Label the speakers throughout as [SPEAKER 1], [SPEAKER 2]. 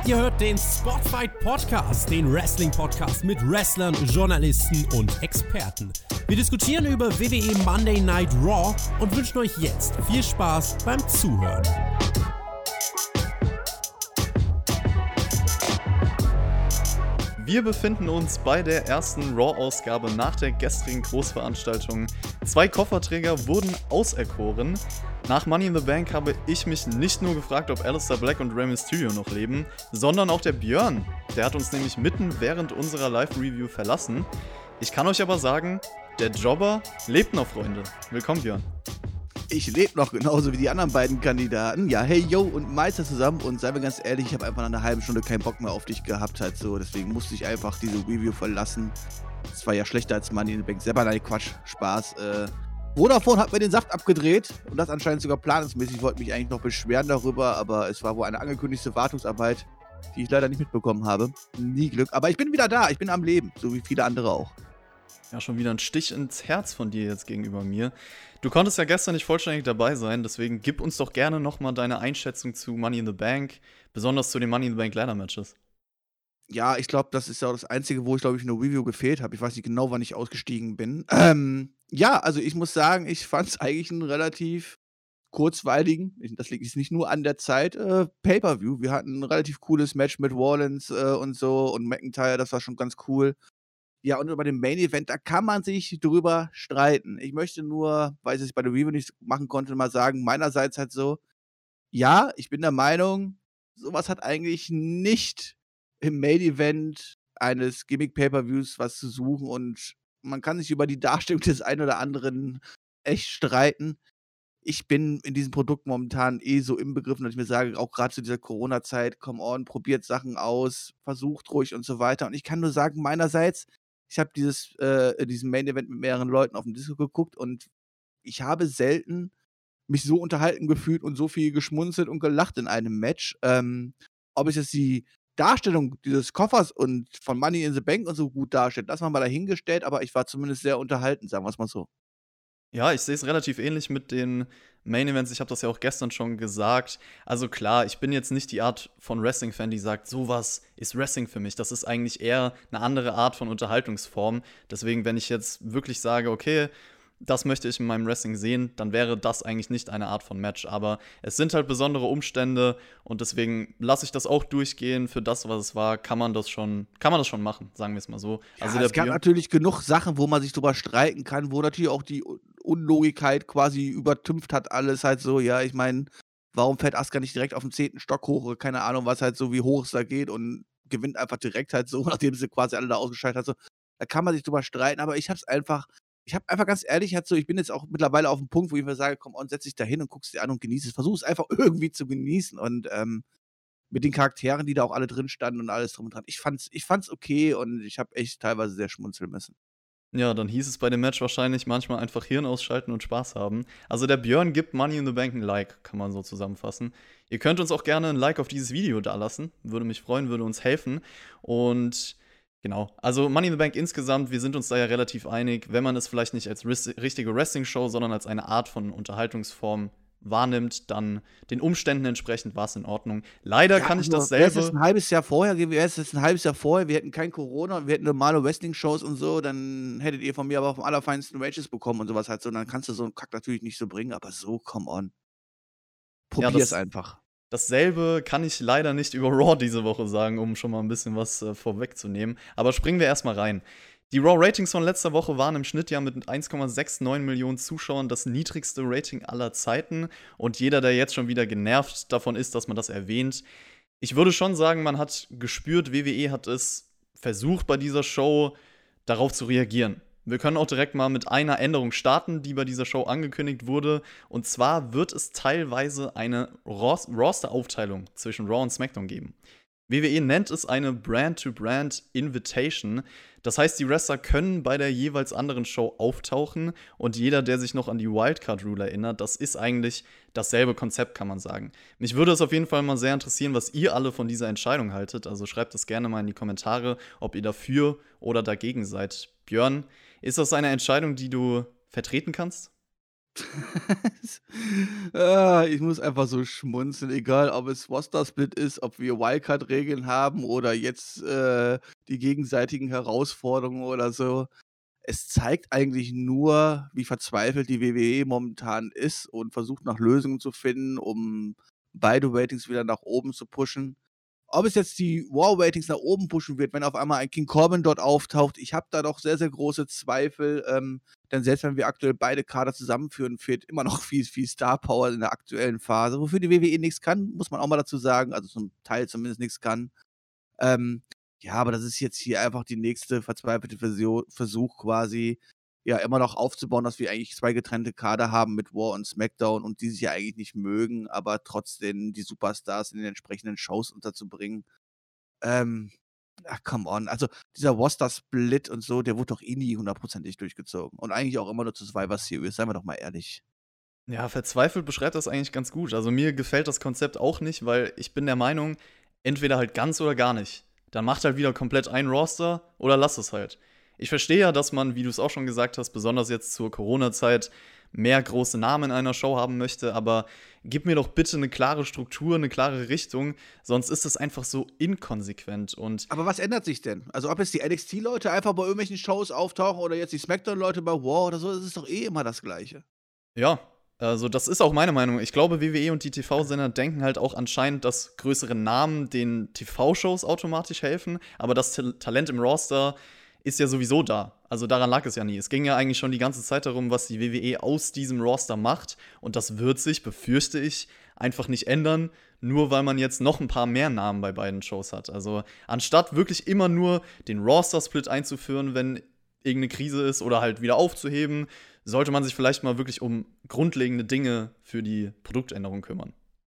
[SPEAKER 1] Ihr hört den Spotfight Podcast, den Wrestling-Podcast mit Wrestlern, Journalisten und Experten. Wir diskutieren über WWE Monday Night Raw und wünschen euch jetzt viel Spaß beim Zuhören.
[SPEAKER 2] Wir befinden uns bei der ersten Raw-Ausgabe nach der gestrigen Großveranstaltung. 2 Kofferträger wurden auserkoren. Nach Money in the Bank habe ich mich nicht nur gefragt, ob Aleister Black und Rey Mysterio noch leben, sondern auch der Björn. Der hat uns nämlich mitten während unserer Live-Review verlassen. Ich kann euch aber sagen, der Jobber lebt noch, Freunde. Willkommen, Björn.
[SPEAKER 3] Ich lebe noch genauso wie die anderen beiden Kandidaten. Ja, hey, yo und Meister zusammen. Und seien wir ganz ehrlich, ich habe einfach nach einer halben Stunde keinen Bock mehr auf dich gehabt. Halt so. Deswegen musste ich einfach diese Review verlassen. Es war ja schlechter als Money in the Bank. Selber, nein, Quatsch, Spaß. Vodafone hat mir den Saft abgedreht. Und das anscheinend sogar planungsmäßig. Ich wollte mich eigentlich noch beschweren darüber. Aber es war wohl eine angekündigte Wartungsarbeit, die ich leider nicht mitbekommen habe. Nie Glück. Aber ich bin wieder da. Ich bin am Leben. So wie viele andere auch.
[SPEAKER 2] Ja, schon wieder ein Stich ins Herz von dir jetzt gegenüber mir. Du konntest ja gestern nicht vollständig dabei sein, deswegen gib uns doch gerne nochmal deine Einschätzung zu Money in the Bank, besonders zu den Money in the Bank Ladder Matches.
[SPEAKER 3] Ja, ich glaube, das ist ja auch das Einzige, wo ich, glaube ich, in der Review gefehlt habe. Ich weiß nicht genau, wann ich ausgestiegen bin. Ja, also ich muss sagen, ich fand es eigentlich einen relativ kurzweiligen, das liegt jetzt nicht nur an der Zeit, Pay-Per-View. Wir hatten ein relativ cooles Match mit Rollins und so und McIntyre, das war schon ganz cool. Ja, und über den Main-Event, da kann man sich drüber streiten. Ich möchte nur, weil ich es bei der Review nicht machen konnte, mal sagen, meinerseits halt so, ja, ich bin der Meinung, sowas hat eigentlich nicht im Main-Event eines Gimmick-Pay-Per-Views was zu suchen und man kann sich über die Darstellung des einen oder anderen echt streiten. Ich bin in diesem Produkt momentan so inbegriffen, dass ich mir sage, auch gerade zu dieser Corona-Zeit, come on, probiert Sachen aus, versucht ruhig und so weiter. Und ich kann nur sagen, meinerseits, ich habe diesen Main-Event mit mehreren Leuten auf dem Disco geguckt und ich habe selten mich so unterhalten gefühlt und so viel geschmunzelt und gelacht in einem Match. Ob es jetzt die Darstellung dieses Koffers und von Money in the Bank und so gut darstellt, das haben wir mal dahingestellt, aber ich war zumindest sehr unterhalten, sagen wir es mal so.
[SPEAKER 2] Ja, ich sehe es relativ ähnlich mit den Main Events. Ich habe das ja auch gestern schon gesagt. Also klar, ich bin jetzt nicht die Art von Wrestling-Fan, die sagt, sowas ist Wrestling für mich. Das ist eigentlich eher eine andere Art von Unterhaltungsform. Deswegen, wenn ich jetzt wirklich sage, okay, das möchte ich in meinem Wrestling sehen, dann wäre das eigentlich nicht eine Art von Match. Aber es sind halt besondere Umstände und deswegen lasse ich das auch durchgehen. Für das, was es war, kann man das schon machen, sagen wir es mal so.
[SPEAKER 3] Ja, also es gab natürlich genug Sachen, wo man sich drüber streiten kann, wo natürlich auch die Unlogik quasi übertünft hat alles halt so, ja, ich meine, warum fährt Asuka nicht direkt auf den 10. Stock hoch oder keine Ahnung, was halt so, wie hoch es da geht und gewinnt einfach direkt halt so, nachdem sie quasi alle da ausgeschaltet hat, so. Da kann man sich drüber streiten, aber ich habe einfach ganz ehrlich halt so, ich bin jetzt auch mittlerweile auf dem Punkt, wo ich mir sage, komm on, setz dich da hin und guckst dir an und genieß es, versuch es einfach irgendwie zu genießen und mit den Charakteren, die da auch alle drin standen und alles drum und dran. Ich fand's okay und ich habe echt teilweise sehr schmunzeln müssen.
[SPEAKER 2] Ja, dann hieß es bei dem Match wahrscheinlich manchmal einfach Hirn ausschalten und Spaß haben. Also der Björn gibt Money in the Bank ein Like, kann man so zusammenfassen. Ihr könnt uns auch gerne ein Like auf dieses Video dalassen. Würde mich freuen, würde uns helfen. Und genau, also Money in the Bank insgesamt, wir sind uns da ja relativ einig, wenn man es vielleicht nicht als richtige Wrestling-Show, sondern als eine Art von Unterhaltungsform wahrnimmt, dann den Umständen entsprechend war es in Ordnung. Leider kann ich dasselbe.
[SPEAKER 3] Wäre es ein halbes Jahr vorher, wir hätten kein Corona und wir hätten normale Wrestling-Shows und so, dann hättet ihr von mir aber vom allerfeinsten Wages bekommen und sowas halt so. Und dann kannst du so einen Kack natürlich nicht so bringen, aber so, come on. Probier's einfach.
[SPEAKER 2] Dasselbe kann ich leider nicht über Raw diese Woche sagen, um schon mal ein bisschen was vorwegzunehmen. Aber springen wir erstmal rein. Die Raw-Ratings von letzter Woche waren im Schnitt ja mit 1,69 Millionen Zuschauern das niedrigste Rating aller Zeiten. Und jeder, der jetzt schon wieder genervt davon ist, dass man das erwähnt, ich würde schon sagen, man hat gespürt, WWE hat es versucht bei dieser Show darauf zu reagieren. Wir können auch direkt mal mit einer Änderung starten, die bei dieser Show angekündigt wurde. Und zwar wird es teilweise eine Roster-Aufteilung zwischen Raw und SmackDown geben. WWE nennt es eine Brand-to-Brand-Invitation. Das heißt, die Wrestler können bei der jeweils anderen Show auftauchen und jeder, der sich noch an die Wildcard-Rule erinnert, das ist eigentlich dasselbe Konzept, kann man sagen. Mich würde es auf jeden Fall mal sehr interessieren, was ihr alle von dieser Entscheidung haltet. Also schreibt es gerne mal in die Kommentare, ob ihr dafür oder dagegen seid. Björn, ist das eine Entscheidung, die du vertreten kannst?
[SPEAKER 3] Ich muss einfach so schmunzeln, egal ob es Roster-Split ist, ob wir Wildcard-Regeln haben oder jetzt, die gegenseitigen Herausforderungen oder so. Es zeigt eigentlich nur, wie verzweifelt die WWE momentan ist und versucht nach Lösungen zu finden, um beide Ratings wieder nach oben zu pushen. Ob es jetzt die Raw-Ratings nach oben pushen wird, wenn auf einmal ein King Corbin dort auftaucht, ich habe da doch sehr, sehr große Zweifel, denn selbst wenn wir aktuell beide Kader zusammenführen, fehlt immer noch viel Star Power in der aktuellen Phase, wofür die WWE nichts kann, muss man auch mal dazu sagen, also zum Teil zumindest nichts kann. Ähm, ja, aber das ist jetzt hier einfach die nächste verzweifelte Versuch quasi, ja, immer noch aufzubauen, dass wir eigentlich 2 getrennte Kader haben mit Raw und SmackDown und die sich ja eigentlich nicht mögen, aber trotzdem die Superstars in den entsprechenden Shows unterzubringen. Ähm, come on. Also, dieser Roster-Split und so, der wurde doch eh nie hundertprozentig durchgezogen und eigentlich auch immer nur zu Survivor Series, seien wir doch mal ehrlich.
[SPEAKER 2] Ja, verzweifelt beschreibt das eigentlich ganz gut. Also mir gefällt das Konzept auch nicht, weil ich bin der Meinung, entweder halt ganz oder gar nicht. Dann macht halt wieder komplett ein Roster oder lass es halt. Ich verstehe ja, dass man, wie du es auch schon gesagt hast, besonders jetzt zur Corona-Zeit mehr große Namen in einer Show haben möchte, aber gib mir doch bitte eine klare Struktur, eine klare Richtung, sonst ist es einfach so inkonsequent und
[SPEAKER 3] Aber was ändert sich denn? Also, ob jetzt die NXT-Leute einfach bei irgendwelchen Shows auftauchen oder jetzt die SmackDown-Leute bei Raw oder so, das ist doch eh immer das Gleiche.
[SPEAKER 2] ja, also das ist auch meine Meinung. Ich glaube, WWE und die TV-Sender denken halt auch anscheinend, dass größere Namen den TV-Shows automatisch helfen, aber das Talent im Roster ist ja sowieso da. Also daran lag es ja nie. Es ging ja eigentlich schon die ganze Zeit darum, was die WWE aus diesem Roster macht. Und das wird sich, befürchte ich, einfach nicht ändern, nur weil man jetzt noch ein paar mehr Namen bei beiden Shows hat. Also anstatt wirklich immer nur den Roster-Split einzuführen, wenn irgendeine Krise ist oder halt wieder aufzuheben, sollte man sich vielleicht mal wirklich um grundlegende Dinge für die Produktänderung kümmern.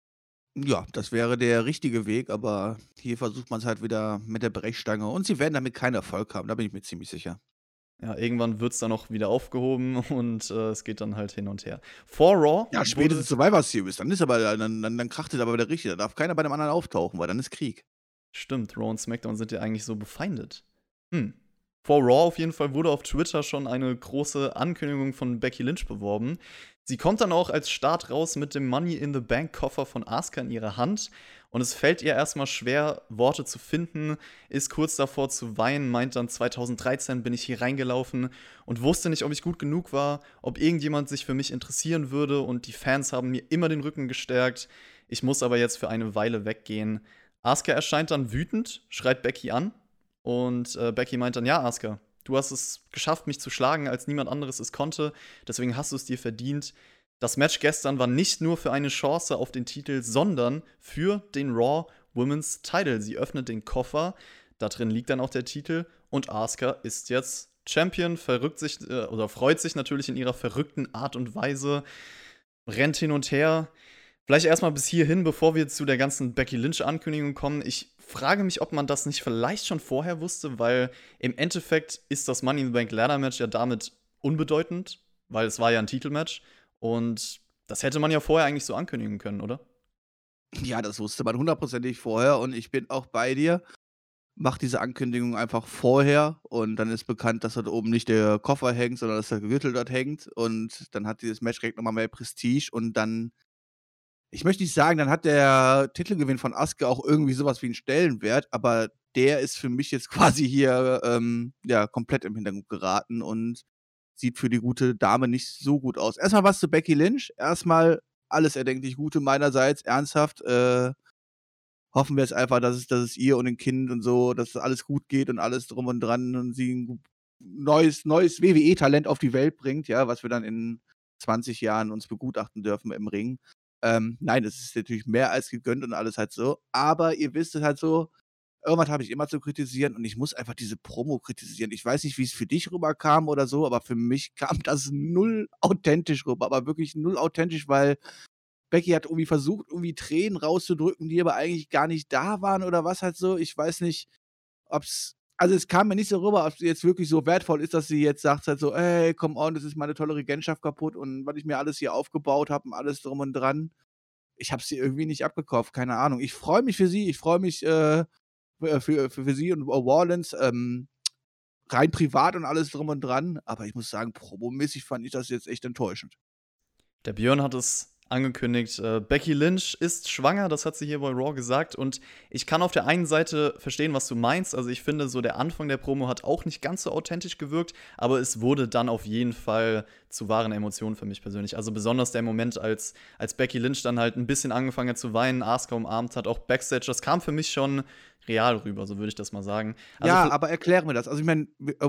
[SPEAKER 3] Ja, das wäre der richtige Weg, aber hier versucht man es halt wieder mit der Brechstange und sie werden damit keinen Erfolg haben, da bin ich mir ziemlich sicher.
[SPEAKER 2] Ja, irgendwann wird es dann auch wieder aufgehoben und es geht dann halt hin und her. Vor Raw
[SPEAKER 3] Ja,
[SPEAKER 2] wurde
[SPEAKER 3] spätestens Survivor Series, dann ist aber dann kracht es aber wieder richtig, da darf keiner bei dem anderen auftauchen, weil dann ist Krieg.
[SPEAKER 2] Stimmt, Raw und SmackDown sind ja eigentlich so befeindet. Hm. Vor Raw auf jeden Fall wurde auf Twitter schon eine große Ankündigung von Becky Lynch beworben. Sie kommt dann auch als Start raus mit dem Money in the Bank Koffer von Asuka in ihrer Hand. Und es fällt ihr erstmal schwer, Worte zu finden, ist kurz davor zu weinen, meint dann 2013 bin ich hier reingelaufen und wusste nicht, ob ich gut genug war, ob irgendjemand sich für mich interessieren würde und die Fans haben mir immer den Rücken gestärkt. Ich muss aber jetzt für eine Weile weggehen. Asuka erscheint dann wütend, schreit Becky an und Becky meint dann, ja, Asuka, du hast es geschafft, mich zu schlagen, als niemand anderes es konnte, deswegen hast du es dir verdient. Das Match gestern war nicht nur für eine Chance auf den Titel, sondern für den Raw Women's Title. Sie öffnet den Koffer, da drin liegt dann auch der Titel und Asuka ist jetzt Champion, verrückt sich oder freut sich natürlich in ihrer verrückten Art und Weise, rennt hin und her. Vielleicht erstmal bis hierhin, bevor wir zu der ganzen Becky Lynch-Ankündigung kommen. Ich frage mich, ob man das nicht vielleicht schon vorher wusste, weil im Endeffekt ist das Money in the Bank Ladder Match ja damit unbedeutend, weil es war ja ein Titelmatch. Und das hätte man ja vorher eigentlich so ankündigen können, oder?
[SPEAKER 3] Ja, das wusste man hundertprozentig vorher und ich bin auch bei dir. Mach diese Ankündigung einfach vorher und dann ist bekannt, dass dort oben nicht der Koffer hängt, sondern dass der Gürtel dort hängt und dann hat dieses Match direkt noch mal mehr Prestige und dann ich möchte nicht sagen, dann hat der Titelgewinn von Asuka auch irgendwie so was wie 'n Stellenwert, aber der ist für mich jetzt quasi hier, ja, komplett im Hintergrund geraten und sieht für die gute Dame nicht so gut aus. Erst mal was zu Becky Lynch. Erst mal alles erdenklich Gute meinerseits, ernsthaft. Hoffen wir jetzt einfach, dass es ihr und dem Kind und so dass alles gut geht und alles drum und dran und sie 'n neues WWE-Talent auf die Welt bringt, ja, was wir dann in 20 Jahren uns begutachten dürfen im Ring. Nein, es ist natürlich mehr als gegönnt und alles halt so, aber ihr wisst es halt so, irgendwas habe ich immer zu kritisieren und ich muss einfach diese Promo kritisieren. Ich weiß nicht, wie es für dich rüberkam oder so, aber für mich kam das null authentisch rüber, aber wirklich null authentisch, weil Becky hat irgendwie versucht, irgendwie Tränen rauszudrücken, die aber eigentlich gar nicht da waren oder was halt so. Ich weiß nicht, ob's also, es kam mir nicht so rüber, ob's jetzt wirklich so wertvoll ist, dass sie jetzt sagt halt so: „Ey, come on, das ist meine tolle Regentschaft kaputt und was ich mir alles hier aufgebaut habe und alles drum und dran.“ Ich habe sie irgendwie nicht abgekauft, keine Ahnung. Ich freue mich für sie, ich freue mich, für sie und Rollins, rein privat und alles drum und dran, aber ich muss sagen, promomäßig fand ich das jetzt echt enttäuschend.
[SPEAKER 2] Der Björn hat es angekündigt. Becky Lynch ist schwanger, das hat sie hier bei Raw gesagt. Und ich kann auf der einen Seite verstehen, was du meinst. Also ich finde, so der Anfang der Promo hat auch nicht ganz so authentisch gewirkt, aber es wurde dann auf jeden Fall zu wahren Emotionen für mich persönlich. Also besonders der Moment, als Becky Lynch dann halt ein bisschen angefangen hat zu weinen, Asuka umarmt hat, auch Backstage, das kam für mich schon real rüber, so würde ich das mal sagen. Also
[SPEAKER 3] ja, aber erklär mir das. Also ich meine,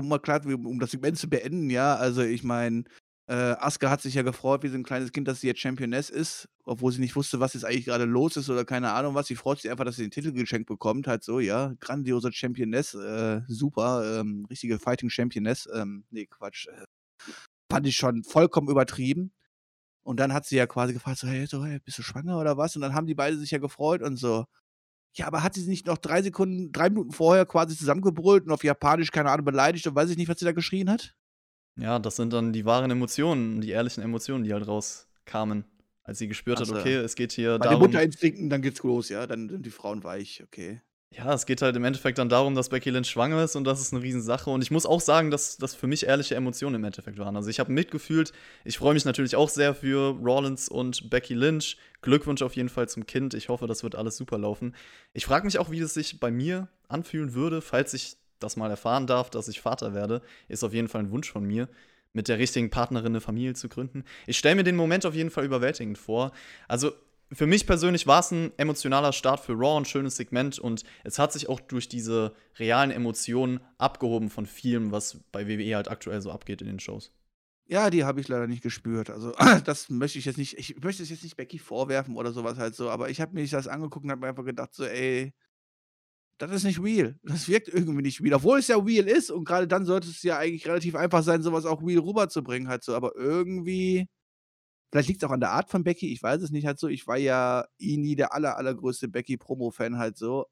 [SPEAKER 3] um das Segment zu beenden, ja, also ich meine, Asuka hat sich ja gefreut wie so ein kleines Kind, dass sie jetzt Championess ist, obwohl sie nicht wusste, was jetzt eigentlich gerade los ist oder keine Ahnung was. Sie freut sich einfach, dass sie den Titel geschenkt bekommt, halt so, ja, grandiose Championess, super, richtige Fighting Championess, nee, Quatsch, fand ich schon vollkommen übertrieben. Und dann hat sie ja quasi gefragt, hey, bist du schwanger oder was? Und dann haben die beide sich ja gefreut und so. Ja, aber hat sie nicht noch 3 Minuten vorher quasi zusammengebrüllt und auf Japanisch, keine Ahnung, beleidigt und weiß ich nicht, was sie da geschrien hat?
[SPEAKER 2] ja, das sind dann die wahren Emotionen, die ehrlichen Emotionen, die halt rauskamen, als sie gespürt hat,
[SPEAKER 3] Ach so.
[SPEAKER 2] okay, es geht hier
[SPEAKER 3] Bei den
[SPEAKER 2] darum.
[SPEAKER 3] Mutterinstinkten, dann geht's los, ja, dann sind die Frauen weich, okay.
[SPEAKER 2] Ja, es geht halt im Endeffekt dann darum, dass Becky Lynch schwanger ist und das ist eine Riesensache. Und ich muss auch sagen, dass das für mich ehrliche Emotionen im Endeffekt waren. Also ich habe mitgefühlt. Ich freue mich natürlich auch sehr für Rollins und Becky Lynch. Glückwunsch auf jeden Fall zum Kind. Ich hoffe, das wird alles super laufen. Ich frage mich auch, wie es sich bei mir anfühlen würde, falls ich das mal erfahren darf, dass ich Vater werde. Ist auf jeden Fall ein Wunsch von mir, mit der richtigen Partnerin eine Familie zu gründen. Ich stelle mir den Moment auf jeden Fall überwältigend vor. Also für mich persönlich war es ein emotionaler Start für Raw, ein schönes Segment und es hat sich auch durch diese realen Emotionen abgehoben von vielem, was bei WWE halt aktuell so abgeht in den Shows.
[SPEAKER 3] Ja, die habe ich leider nicht gespürt. Also, das möchte ich jetzt nicht ich möchte es jetzt nicht Becky vorwerfen oder sowas halt so, aber ich habe mir das angeguckt und habe mir einfach gedacht so: „Ey, das ist nicht real. Das wirkt irgendwie nicht real.“ Obwohl es ja real ist und gerade dann sollte es ja eigentlich relativ einfach sein, sowas auch real rüberzubringen halt so, aber irgendwie vielleicht liegt's auch an der Art von Becky, ich weiß es nicht halt so. Ich war ja nie der allergrößte Becky-Promo-Fan halt so.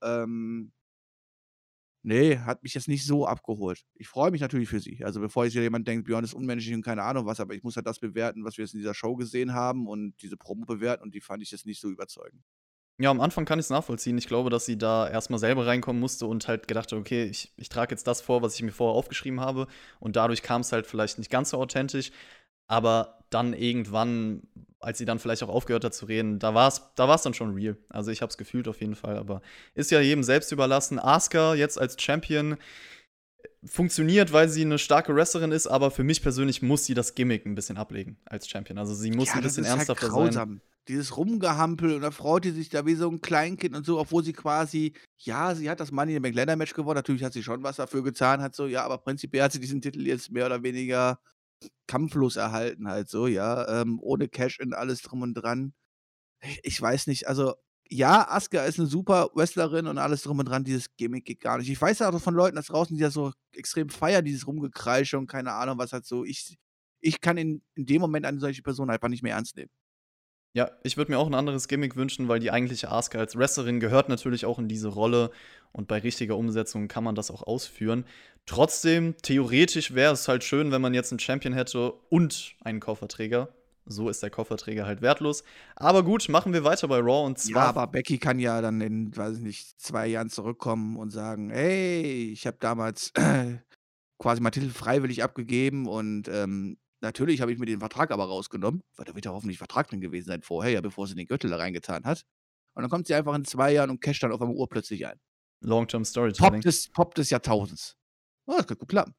[SPEAKER 3] Ne, hat mich jetzt nicht so abgeholt. Ich freue mich natürlich für sie. Also, bevor jetzt hier jemand denkt, Björn ist unmenschlich und keine Ahnung was, aber ich muss halt das bewerten, was wir jetzt in dieser Show gesehen haben und diese Promo bewerten und die fand ich jetzt nicht so überzeugend.
[SPEAKER 2] Ja, am Anfang kann ich es nachvollziehen. Ich glaube, dass sie da erstmal selber reinkommen musste und halt gedacht hat, okay, ich trage jetzt das vor, was ich mir vorher aufgeschrieben habe. Und dadurch kam es halt vielleicht nicht ganz so authentisch. Aber dann irgendwann, als sie dann vielleicht auch aufgehört hat zu reden, da war es dann schon real. Also ich habe es gefühlt auf jeden Fall, aber ist ja jedem selbst überlassen. Asuka jetzt als Champion funktioniert, weil sie eine starke Wrestlerin ist, aber für mich persönlich muss sie das Gimmick ein bisschen ablegen als Champion. Also sie muss ein bisschen ernsthafter sein.
[SPEAKER 3] Grausam. Dieses Rumgehampel und da freut die sich da wie so ein Kleinkind und so, obwohl sie quasi ja, sie hat das Money in the Bank Ladder Match gewonnen. Natürlich hat sie schon was dafür getan, hat so, ja, aber prinzipiell hat sie diesen Titel jetzt mehr oder weniger kampflos erhalten halt so, ja, ohne Cash-in, alles drum und dran. Ich weiß nicht, also, ja, Asuka ist 'ne super Wrestlerin und alles drum und dran, dieses Gimmick geht gar nicht. Ich weiß ja auch von Leuten da draußen, die das so extrem feiern, dieses Rumgekreische und keine Ahnung was halt so. Ich kann in dem Moment eine solche Person einfach nicht mehr ernst nehmen.
[SPEAKER 2] Ja, ich würde mir auch ein anderes Gimmick wünschen, weil die eigentliche Asuka als Wrestlerin gehört natürlich auch in diese Rolle und bei richtiger Umsetzung kann man das auch ausführen. Trotzdem, theoretisch wäre es halt schön, wenn man jetzt einen Champion hätte und einen Kofferträger. So ist der Kofferträger halt wertlos. Aber gut, machen wir weiter bei Raw und
[SPEAKER 3] Ja,
[SPEAKER 2] zwar
[SPEAKER 3] aber Becky kann ja dann in, weiß ich nicht, 2 Jahren zurückkommen und sagen: „Hey, ich habe damals quasi meinen Titel freiwillig abgegeben und, natürlich habe ich mir den Vertrag aber rausgenommen“, weil da wird ja hoffentlich Vertrag drin gewesen sein vorher, ja, bevor sie den Gürtel da reingetan hat. Und dann kommt sie einfach in 2 Jahren und casht dann auf einmal urplötzlich ein.
[SPEAKER 2] Long-Term Storytelling.
[SPEAKER 3] Pop des Jahrtausends. Oh, das könnte gut klappen.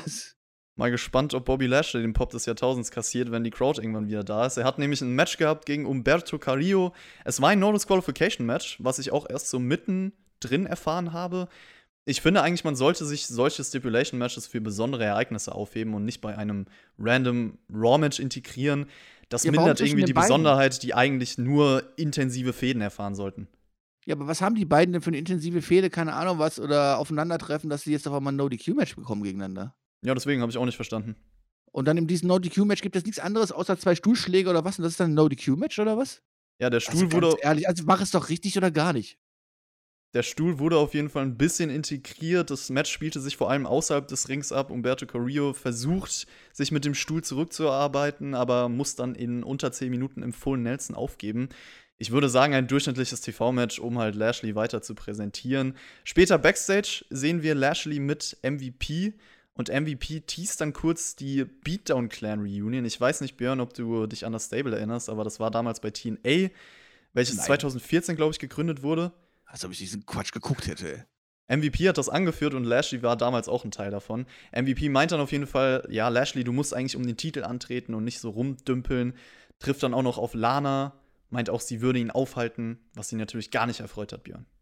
[SPEAKER 2] Mal gespannt, ob Bobby Lashley den Pop des Jahrtausends kassiert, wenn die Crowd irgendwann wieder da ist. Er hat nämlich ein Match gehabt gegen Humberto Carrillo. Es war ein No-Disqualification-Match, was ich auch erst so mittendrin erfahren habe. Ich finde eigentlich, man sollte sich solche Stipulation-Matches für besondere Ereignisse aufheben und nicht bei einem random Raw-Match integrieren. Das
[SPEAKER 3] Ja, warum
[SPEAKER 2] mindert
[SPEAKER 3] zwischen
[SPEAKER 2] irgendwie
[SPEAKER 3] den
[SPEAKER 2] die
[SPEAKER 3] beiden?
[SPEAKER 2] Besonderheit, die eigentlich nur intensive Fäden erfahren sollten.
[SPEAKER 3] Ja, aber was haben die beiden denn für 'ne intensive Fehde, keine Ahnung was, oder Aufeinandertreffen, dass sie jetzt auf einmal 'n No-DQ-Match bekommen gegeneinander?
[SPEAKER 2] Ja, deswegen habe ich auch nicht verstanden.
[SPEAKER 3] Und dann in diesem No-DQ-Match gibt es nichts anderes außer 2 Stuhlschläge oder was? Und das ist dann 'n No-DQ-Match oder was?
[SPEAKER 2] Ja, der
[SPEAKER 3] Also,
[SPEAKER 2] Stuhl
[SPEAKER 3] ganz
[SPEAKER 2] wurde
[SPEAKER 3] ehrlich, also mach es doch richtig oder gar nicht.
[SPEAKER 2] Der Stuhl wurde auf jeden Fall ein bisschen integriert. Das Match spielte sich vor allem außerhalb des Rings ab. Humberto Carrillo versucht, sich mit dem Stuhl zurückzuarbeiten, aber muss dann in unter 10 Minuten im Full Nelson aufgeben. Ich würde sagen, ein durchschnittliches TV-Match, um halt Lashley weiter zu präsentieren. Später Backstage sehen wir Lashley mit MVP Und MVP teast dann kurz die Beatdown Clan Reunion. Ich weiß nicht, Björn, ob du dich an das Stable erinnerst, aber das war damals bei TNA, welches
[SPEAKER 3] Nein.
[SPEAKER 2] 2014, glaube ich, gegründet wurde.
[SPEAKER 3] Als ob ich diesen Quatsch geguckt hätte.
[SPEAKER 2] MVP hat das angeführt und Lashley war damals auch ein Teil davon. MVP meint dann auf jeden Fall, ja, Lashley, du musst eigentlich um den Titel antreten und nicht so rumdümpeln. Trifft dann auch noch auf Lana, meint auch, sie würde ihn aufhalten, was ihn natürlich gar nicht erfreut hat, Björn.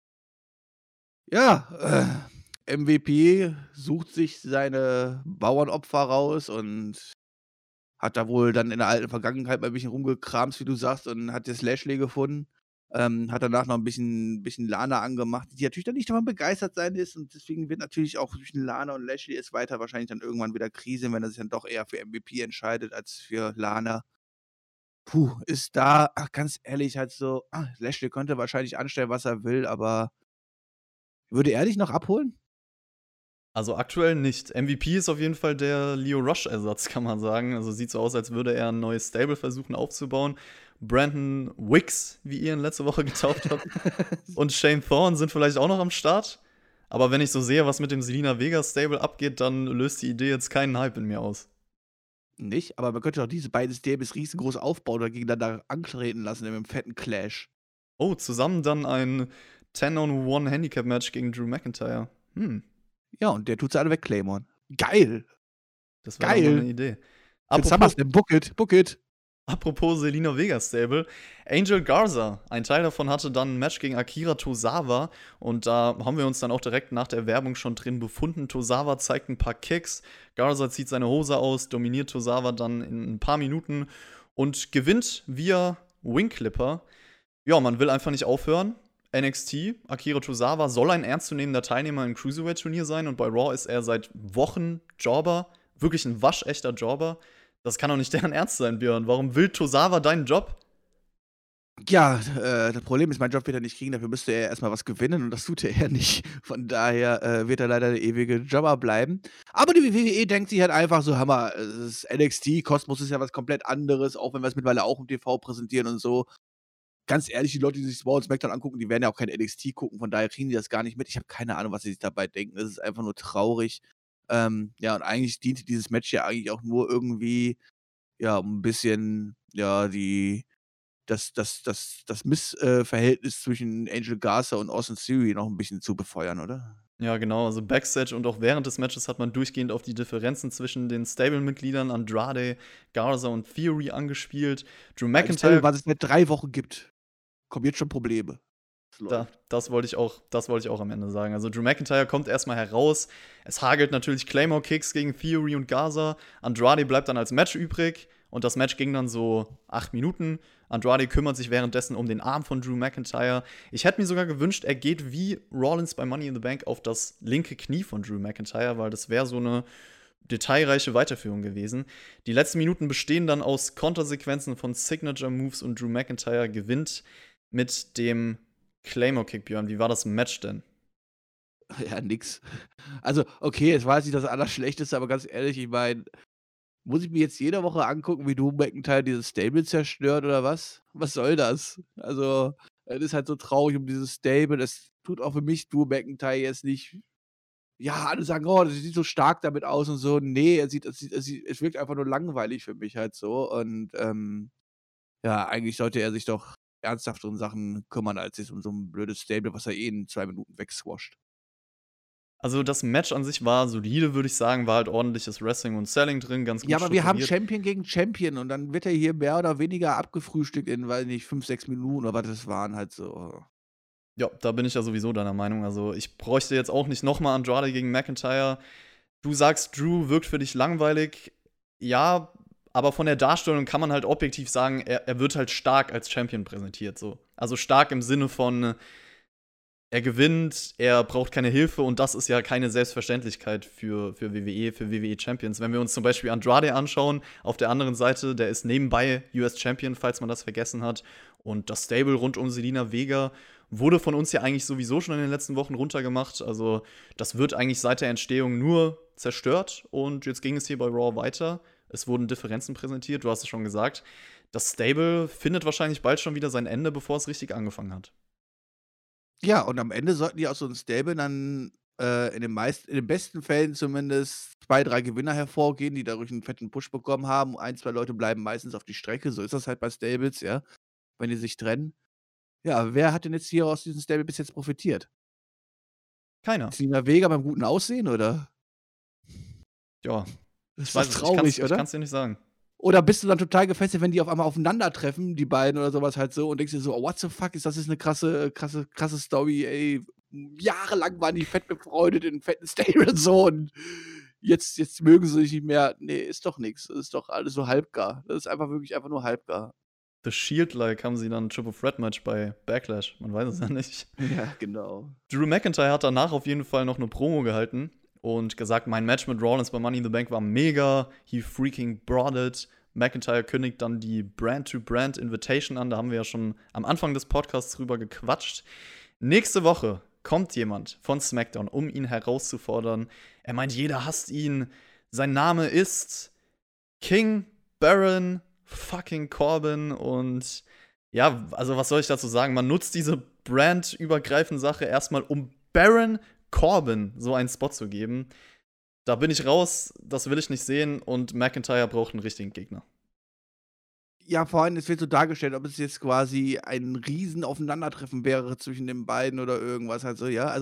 [SPEAKER 3] Ja, MVP sucht sich seine Bauernopfer raus und hat da wohl dann in der alten Vergangenheit mal ein bisschen rumgekramt, wie du sagst, und hat jetzt Lashley gefunden. Hat danach noch ein bisschen Lana angemacht, die natürlich dann nicht davon begeistert sein ist. Und deswegen wird natürlich auch zwischen Lana und Lashley es weiter wahrscheinlich dann irgendwann wieder Krise, wenn er sich dann doch eher für MVP entscheidet als für Lana. Puh, ist da, ganz ehrlich, halt so, Lashley könnte wahrscheinlich anstellen, was er will, aber würde er dich noch abholen?
[SPEAKER 2] Also aktuell nicht. MVP ist auf jeden Fall der Lio Rush-Ersatz, kann man sagen. Also sieht so aus, als würde er ein neues Stable versuchen aufzubauen. Brandon Wicks, wie ihr ihn letzte Woche getauft habt, und Shane Thorne sind vielleicht auch noch am Start. Aber wenn ich so sehe, was mit dem Selena Vega Stable abgeht, dann löst die Idee jetzt keinen Hype in mir aus.
[SPEAKER 3] Nicht, aber man könnte doch diese beiden Stables riesengroß aufbauen oder gegeneinander antreten lassen in einem fetten Clash.
[SPEAKER 2] Oh, zusammen dann ein 10-on-1 Handicap-Match gegen Drew McIntyre.
[SPEAKER 3] Ja, und der tut sie alle weg, Claymore. Geil!
[SPEAKER 2] Das wäre
[SPEAKER 3] Geil!
[SPEAKER 2] mal eine Idee.
[SPEAKER 3] Jetzt haben wir's denn. Book it.
[SPEAKER 2] Apropos Selena Vega Stable, Angel Garza, ein Teil davon hatte dann ein Match gegen Akira Tozawa und da haben wir uns dann auch direkt nach der Werbung schon drin befunden. Tozawa zeigt ein paar Kicks, Garza zieht seine Hose aus, dominiert Tozawa dann in ein paar Minuten und gewinnt via Wing Clipper. Ja, man will einfach nicht aufhören. NXT, Akira Tozawa soll ein ernstzunehmender Teilnehmer im Cruiserweight-Turnier sein und bei Raw ist er seit Wochen Jobber, wirklich ein waschechter Jobber. Das kann doch nicht deren Ernst sein, Björn. Warum will Tozawa deinen Job?
[SPEAKER 3] Ja, das Problem ist, mein Job wird er nicht kriegen, dafür müsste er erstmal was gewinnen und das tut er nicht. Von daher wird er leider der ewige Jobber bleiben. Aber die WWE denkt sich halt einfach so, Hammer, das NXT, Kosmos ist ja was komplett anderes, auch wenn wir es mittlerweile auch im TV präsentieren und so. Ganz ehrlich, die Leute, die sich Raw und SmackDown angucken, die werden ja auch kein NXT gucken, von daher kriegen die das gar nicht mit. Ich habe keine Ahnung, was sie sich dabei denken. Das ist einfach nur traurig. Ja, und eigentlich diente dieses Match ja eigentlich auch nur irgendwie, ja, um ein bisschen, ja, das Missverhältnis zwischen Angel Garza und Austin Theory noch ein bisschen zu befeuern, oder?
[SPEAKER 2] Ja, genau. Also Backstage und auch während des Matches hat man durchgehend auf die Differenzen zwischen den Stable-Mitgliedern Andrade, Garza und Theory angespielt. Drew McIntyre,
[SPEAKER 3] Was es seit 3 Wochen gibt, kommen jetzt schon Probleme.
[SPEAKER 2] das wollte ich auch am Ende sagen. Also Drew McIntyre kommt erstmal heraus. Es hagelt natürlich Claymore-Kicks gegen Theory und Garza. Andrade bleibt dann als Match übrig. Und das Match ging dann so 8 Minuten. Andrade kümmert sich währenddessen um den Arm von Drew McIntyre. Ich hätte mir sogar gewünscht, er geht wie Rollins bei Money in the Bank auf das linke Knie von Drew McIntyre, weil das wäre so eine detailreiche Weiterführung gewesen. Die letzten Minuten bestehen dann aus Kontersequenzen von Signature Moves und Drew McIntyre gewinnt mit dem Claymore-Kick, Björn. Wie war das Match denn?
[SPEAKER 3] Ja, nix. Also, okay, es war jetzt nicht das Allerschlechteste, aber ganz ehrlich, ich meine, muss ich mir jetzt jede Woche angucken, wie Drew McIntyre dieses Stable zerstört oder was? Was soll das? Also, es ist halt so traurig um dieses Stable. Es tut auch für mich Drew McIntyre jetzt nicht. Ja, alle sagen, oh, das sieht so stark damit aus und so. Nee, es wirkt einfach nur langweilig für mich halt so. Und ja, eigentlich sollte er sich doch ernsthafteren Sachen kümmern, als sich um so ein blödes Stable, was er in 2 Minuten wegsquasht.
[SPEAKER 2] Also das Match an sich war solide, würde ich sagen, war halt ordentliches Wrestling und Selling drin, ganz gut
[SPEAKER 3] Ja, aber wir haben
[SPEAKER 2] strukturiert.
[SPEAKER 3] Champion gegen Champion und dann wird er hier mehr oder weniger abgefrühstückt in, weiß nicht, 5, 6 Minuten, aber das waren halt so.
[SPEAKER 2] Ja, da bin ich ja sowieso deiner Meinung. Also ich bräuchte jetzt auch nicht nochmal Andrade gegen McIntyre. Du sagst, Drew wirkt für dich langweilig. Ja, aber von der Darstellung kann man halt objektiv sagen, er wird halt stark als Champion präsentiert. So. Also stark im Sinne von, er gewinnt, er braucht keine Hilfe und das ist ja keine Selbstverständlichkeit für WWE Champions. Wenn wir uns zum Beispiel Andrade anschauen, auf der anderen Seite, der ist nebenbei US Champion, falls man das vergessen hat. Und das Stable rund um Selena Vega wurde von uns ja eigentlich sowieso schon in den letzten Wochen runtergemacht. Also das wird eigentlich seit der Entstehung nur zerstört und jetzt ging es hier bei Raw weiter. Es wurden Differenzen präsentiert, du hast es schon gesagt. Das Stable findet wahrscheinlich bald schon wieder sein Ende, bevor es richtig angefangen hat.
[SPEAKER 3] Ja, und am Ende sollten die aus so einem Stable dann in den besten Fällen zumindest 2, 3 Gewinner hervorgehen, die dadurch einen fetten Push bekommen haben. 1, 2 Leute bleiben meistens auf die Strecke. So ist das halt bei Stables, ja, wenn die sich trennen. Ja, wer hat denn jetzt hier aus diesem Stable bis jetzt profitiert?
[SPEAKER 2] Keiner.
[SPEAKER 3] Zelina Vega beim guten Aussehen, oder?
[SPEAKER 2] Ja,
[SPEAKER 3] Das
[SPEAKER 2] ich
[SPEAKER 3] ist
[SPEAKER 2] weiß
[SPEAKER 3] doch
[SPEAKER 2] es,
[SPEAKER 3] traurig,
[SPEAKER 2] ich
[SPEAKER 3] oder?
[SPEAKER 2] kann's dir nicht sagen.
[SPEAKER 3] Oder bist du dann total gefesselt, wenn die auf einmal aufeinandertreffen, die beiden oder sowas halt so und denkst dir so: „Oh, what the fuck, ist das jetzt 'ne krasse Story, ey. Jahrelang waren die fett befreundet in fetten Stable und so und jetzt mögen sie sich nicht mehr.“ Ne, ist doch nix. Das ist doch alles so halbgar. Das ist einfach nur halbgar.
[SPEAKER 2] The Shield-like haben sie dann ein Triple Threat Match bei Backlash. Man weiß es ja nicht.
[SPEAKER 3] Ja, genau.
[SPEAKER 2] Drew McIntyre hat danach auf jeden Fall noch eine Promo gehalten und gesagt, mein Match mit Rollins bei Money in the Bank war mega. He freaking brought it. McIntyre kündigt dann die Brand-to-Brand Invitation an. Da haben wir ja schon am Anfang des Podcasts drüber gequatscht. Nächste Woche kommt jemand von SmackDown, um ihn herauszufordern. Er meint, jeder hasst ihn. Sein Name ist King Baron fucking Corbin. Und ja, also was soll ich dazu sagen? Man nutzt diese brandübergreifende Sache erstmal, um Baron Corbin so einen Spot zu geben. Da bin ich raus, das will ich nicht sehen und McIntyre braucht einen richtigen Gegner.
[SPEAKER 3] Ja, vor allem, es wird so dargestellt, ob es jetzt quasi ein Riesen-Aufeinandertreffen wäre zwischen den beiden oder irgendwas halt so, ja?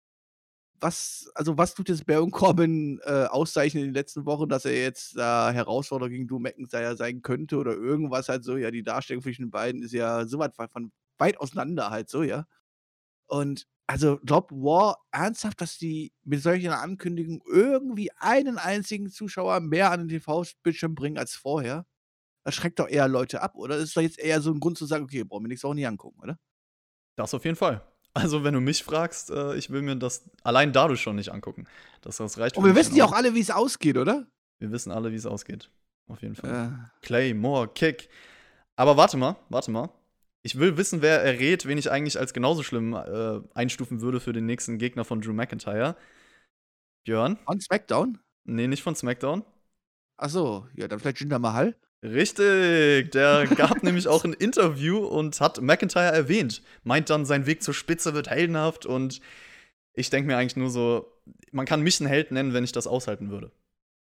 [SPEAKER 3] Was tut jetzt Baron Corbin, auszeichnen in den letzten Wochen, dass er jetzt da Herausforderer gegen Drew McIntyre sein könnte oder irgendwas halt so, ja? Die Darstellung zwischen den beiden ist ja so von weit auseinander halt so, ja? Und also glaubt Raw ernsthaft, dass die mit solchen Ankündigungen irgendwie einen einzigen Zuschauer mehr an den TV-Bildschirm bringen als vorher? Das schreckt doch eher Leute ab, oder? Das ist doch jetzt eher so 'n Grund zu sagen: „Okay, brauchen wir nächste Woche nicht angucken“, oder?
[SPEAKER 2] Das auf jeden Fall. Also, wenn du mich fragst, ich will mir das allein dadurch schon nicht angucken. Das reicht
[SPEAKER 3] Und
[SPEAKER 2] für
[SPEAKER 3] wir
[SPEAKER 2] mich
[SPEAKER 3] wissen
[SPEAKER 2] schon
[SPEAKER 3] ja
[SPEAKER 2] aus.
[SPEAKER 3] auch alle, wie's ausgeht, oder?
[SPEAKER 2] Wir wissen alle, wie es ausgeht. Auf jeden Fall.
[SPEAKER 3] Ja.
[SPEAKER 2] Claymore, Kick. Aber warte mal. Ich will wissen, wer errät, wen ich eigentlich als genauso schlimm einstufen würde für den nächsten Gegner von Drew McIntyre. Björn?
[SPEAKER 3] Von SmackDown?
[SPEAKER 2] Nee, nicht von SmackDown.
[SPEAKER 3] Ach so, ja, dann vielleicht Jinder Mahal?
[SPEAKER 2] Richtig, der gab nämlich auch ein Interview und hat McIntyre erwähnt. Meint dann, sein Weg zur Spitze wird heldenhaft und ich denke mir eigentlich nur so, man kann mich einen Held nennen, wenn ich das aushalten würde.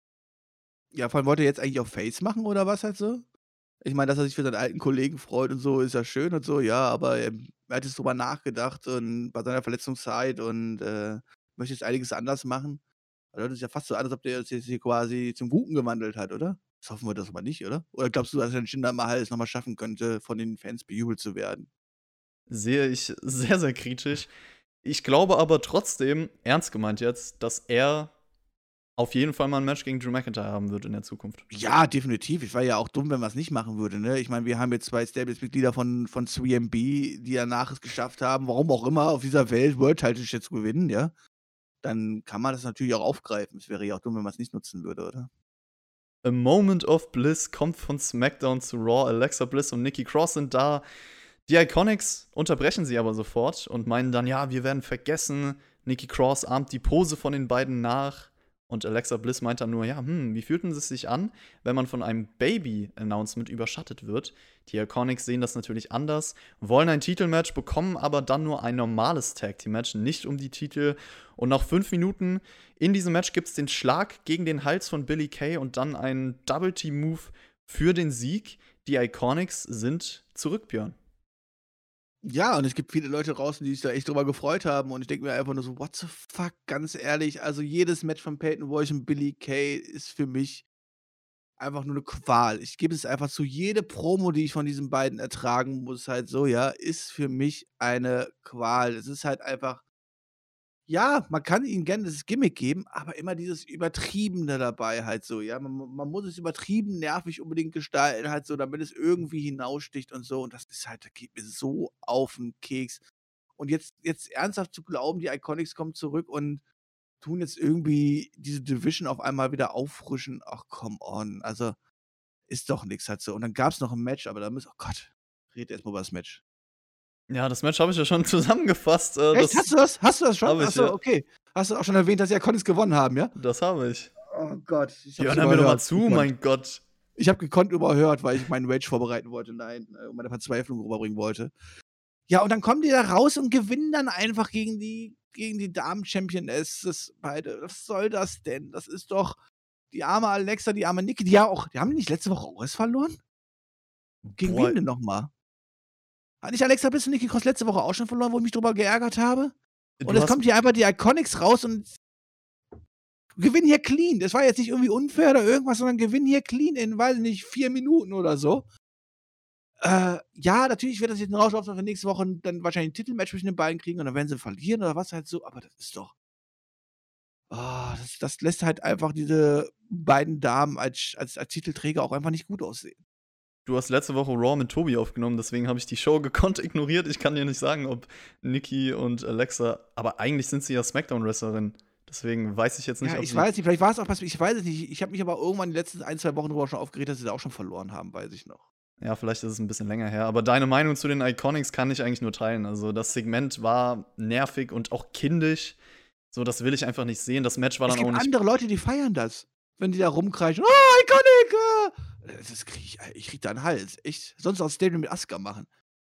[SPEAKER 3] Ja, vor allem wollte er jetzt eigentlich auch Face machen oder was halt so? Ich meine, dass er sich für seinen alten Kollegen freut und so, ist ja schön und so, ja, aber er hat jetzt drüber nachgedacht und bei seiner Verletzungszeit und, möchte jetzt einiges anders machen. Da hört es ja fast so an, als ob der das jetzt hier quasi zum Guten gewandelt hat, oder? Das hoffen wir doch mal nicht, oder? Oder glaubst du, dass er Jinder Mahal es noch mal schaffen könnte, von den Fans bejubelt zu werden?
[SPEAKER 2] Sehe ich sehr, sehr kritisch. Ich glaube aber trotzdem, ernst gemeint jetzt, dass er auf jeden Fall mal ein Match gegen Drew McIntyre haben wird in der Zukunft.
[SPEAKER 3] Ja, definitiv. Ich wäre ja auch dumm, wenn man es nicht machen würde, ne? Ich meine, wir haben jetzt 2 Stables-Mitglieder von 3MB, die danach es geschafft haben, warum auch immer, auf dieser Welt World-Title zu gewinnen, ja? Dann kann man das natürlich auch aufgreifen. Es wäre ja auch dumm, wenn man es nicht nutzen würde, oder?
[SPEAKER 2] A Moment of Bliss kommt von SmackDown zu Raw. Alexa Bliss und Nikki Cross sind da. Die Iconics unterbrechen sie aber sofort und meinen dann, ja, wir werden vergessen. Nikki Cross ahmt die Pose von den beiden nach. Und Alexa Bliss meint dann nur, ja, wie fühlten es sich an, wenn man von einem Baby-Announcement überschattet wird? Die Iconics sehen das natürlich anders, wollen ein Titelmatch, bekommen aber dann nur ein normales Tag-Team-Match, nicht um die Titel. Und nach 5 Minuten in diesem Match gibt es den Schlag gegen den Hals von Billie Kay und dann einen Double-Team-Move für den Sieg. Die Iconics sind zurück, Björn.
[SPEAKER 3] Ja, und es gibt viele Leute draußen, die sich da echt drüber gefreut haben. Und ich denke mir einfach nur so, what the fuck, ganz ehrlich. Also jedes Match von Peyton Royce und Billie Kay ist für mich einfach nur eine Qual. Ich gebe es einfach zu, jede Promo, die ich von diesen beiden ertragen muss, halt so, ja, ist für mich eine Qual. Es ist halt einfach, ja, man kann ihnen gerne das Gimmick geben, aber immer dieses Übertriebene dabei halt so, ja. Man muss es übertrieben nervig unbedingt gestalten halt so, damit es irgendwie hinaussticht und so. Und das ist halt, das geht mir so auf den Keks. Und jetzt ernsthaft zu glauben, die Iconics kommen zurück und tun jetzt irgendwie diese Division auf einmal wieder auffrischen. Ach, come on. Also, ist doch nix halt so. Und dann gab's noch ein Match, aber da müssen, oh Gott, red erst mal über das Match.
[SPEAKER 2] Ja, das Match habe ich ja schon zusammengefasst.
[SPEAKER 3] Echt? Hast du das? Hast du das schon?
[SPEAKER 2] Habe ich,
[SPEAKER 3] Achso,
[SPEAKER 2] ja.
[SPEAKER 3] okay. Hast du auch schon erwähnt, dass die Iconics gewonnen haben, ja?
[SPEAKER 2] Das habe ich.
[SPEAKER 3] Oh Gott. Ich
[SPEAKER 2] Björn,
[SPEAKER 3] hab's
[SPEAKER 2] hör mir doch mal
[SPEAKER 3] überhört.
[SPEAKER 2] zu,
[SPEAKER 3] Gekonnt.
[SPEAKER 2] mein Gott.
[SPEAKER 3] Ich habe gekonnt überhört, weil ich meinen Rage vorbereiten wollte. Nein, und meine Verzweiflung rüberbringen wollte. Ja, und dann kommen die da raus und gewinnen dann einfach gegen die Damen-Championesses beide. Was soll das denn? Das ist doch die arme Alexa, die arme Nikki, die haben die nicht letzte Woche auch erst verloren? Gegen
[SPEAKER 2] Boah,
[SPEAKER 3] wen denn noch mal? Hat nicht Alexa Bliss und Nikki Cross letzte Woche auch schon verloren, wo ich mich drüber geärgert habe? Und
[SPEAKER 2] du
[SPEAKER 3] jetzt
[SPEAKER 2] hast
[SPEAKER 3] kommt hier einfach die Iconics raus und gewinnen hier clean. Das war jetzt nicht irgendwie unfair oder irgendwas, sondern gewinnen hier clean in, weiß nicht, 4 Minuten oder so. Ja, natürlich wird das jetzt ein Rausch dass wir nächste Woche dann wahrscheinlich ein Titelmatch zwischen den beiden kriegen und dann werden sie verlieren oder was halt so, aber das ist doch das lässt halt einfach diese beiden Damen als Titelträger auch einfach nicht gut aussehen.
[SPEAKER 2] Du hast letzte Woche Raw mit Tobi aufgenommen, deswegen habe ich die Show gekonnt ignoriert. Ich kann dir nicht sagen, ob Nikki und Alexa, aber eigentlich sind sie ja SmackDown-Wrestlerin. Deswegen weiß ich jetzt nicht,
[SPEAKER 3] Ja,
[SPEAKER 2] ob
[SPEAKER 3] ich
[SPEAKER 2] sie.
[SPEAKER 3] weiß nicht, vielleicht war es auch ich weiß es nicht. Ich habe mich aber irgendwann die letzten 1, 2 Wochen drüber schon aufgeregt, dass sie da auch schon verloren haben, weiß ich noch.
[SPEAKER 2] Ja, vielleicht ist es ein bisschen länger her. Aber deine Meinung zu den Iconics kann ich eigentlich nur teilen. Also, das Segment war nervig und auch kindisch. So, das will ich einfach nicht sehen. Das Match war
[SPEAKER 3] Es
[SPEAKER 2] dann auch
[SPEAKER 3] gibt
[SPEAKER 2] nicht.
[SPEAKER 3] andere Leute, die feiern das, wenn die da rumkreischen. „Oh, Iconic!" Das ich kriege da 'n Hals, echt. Sonst auch Stadium mit Asuka machen.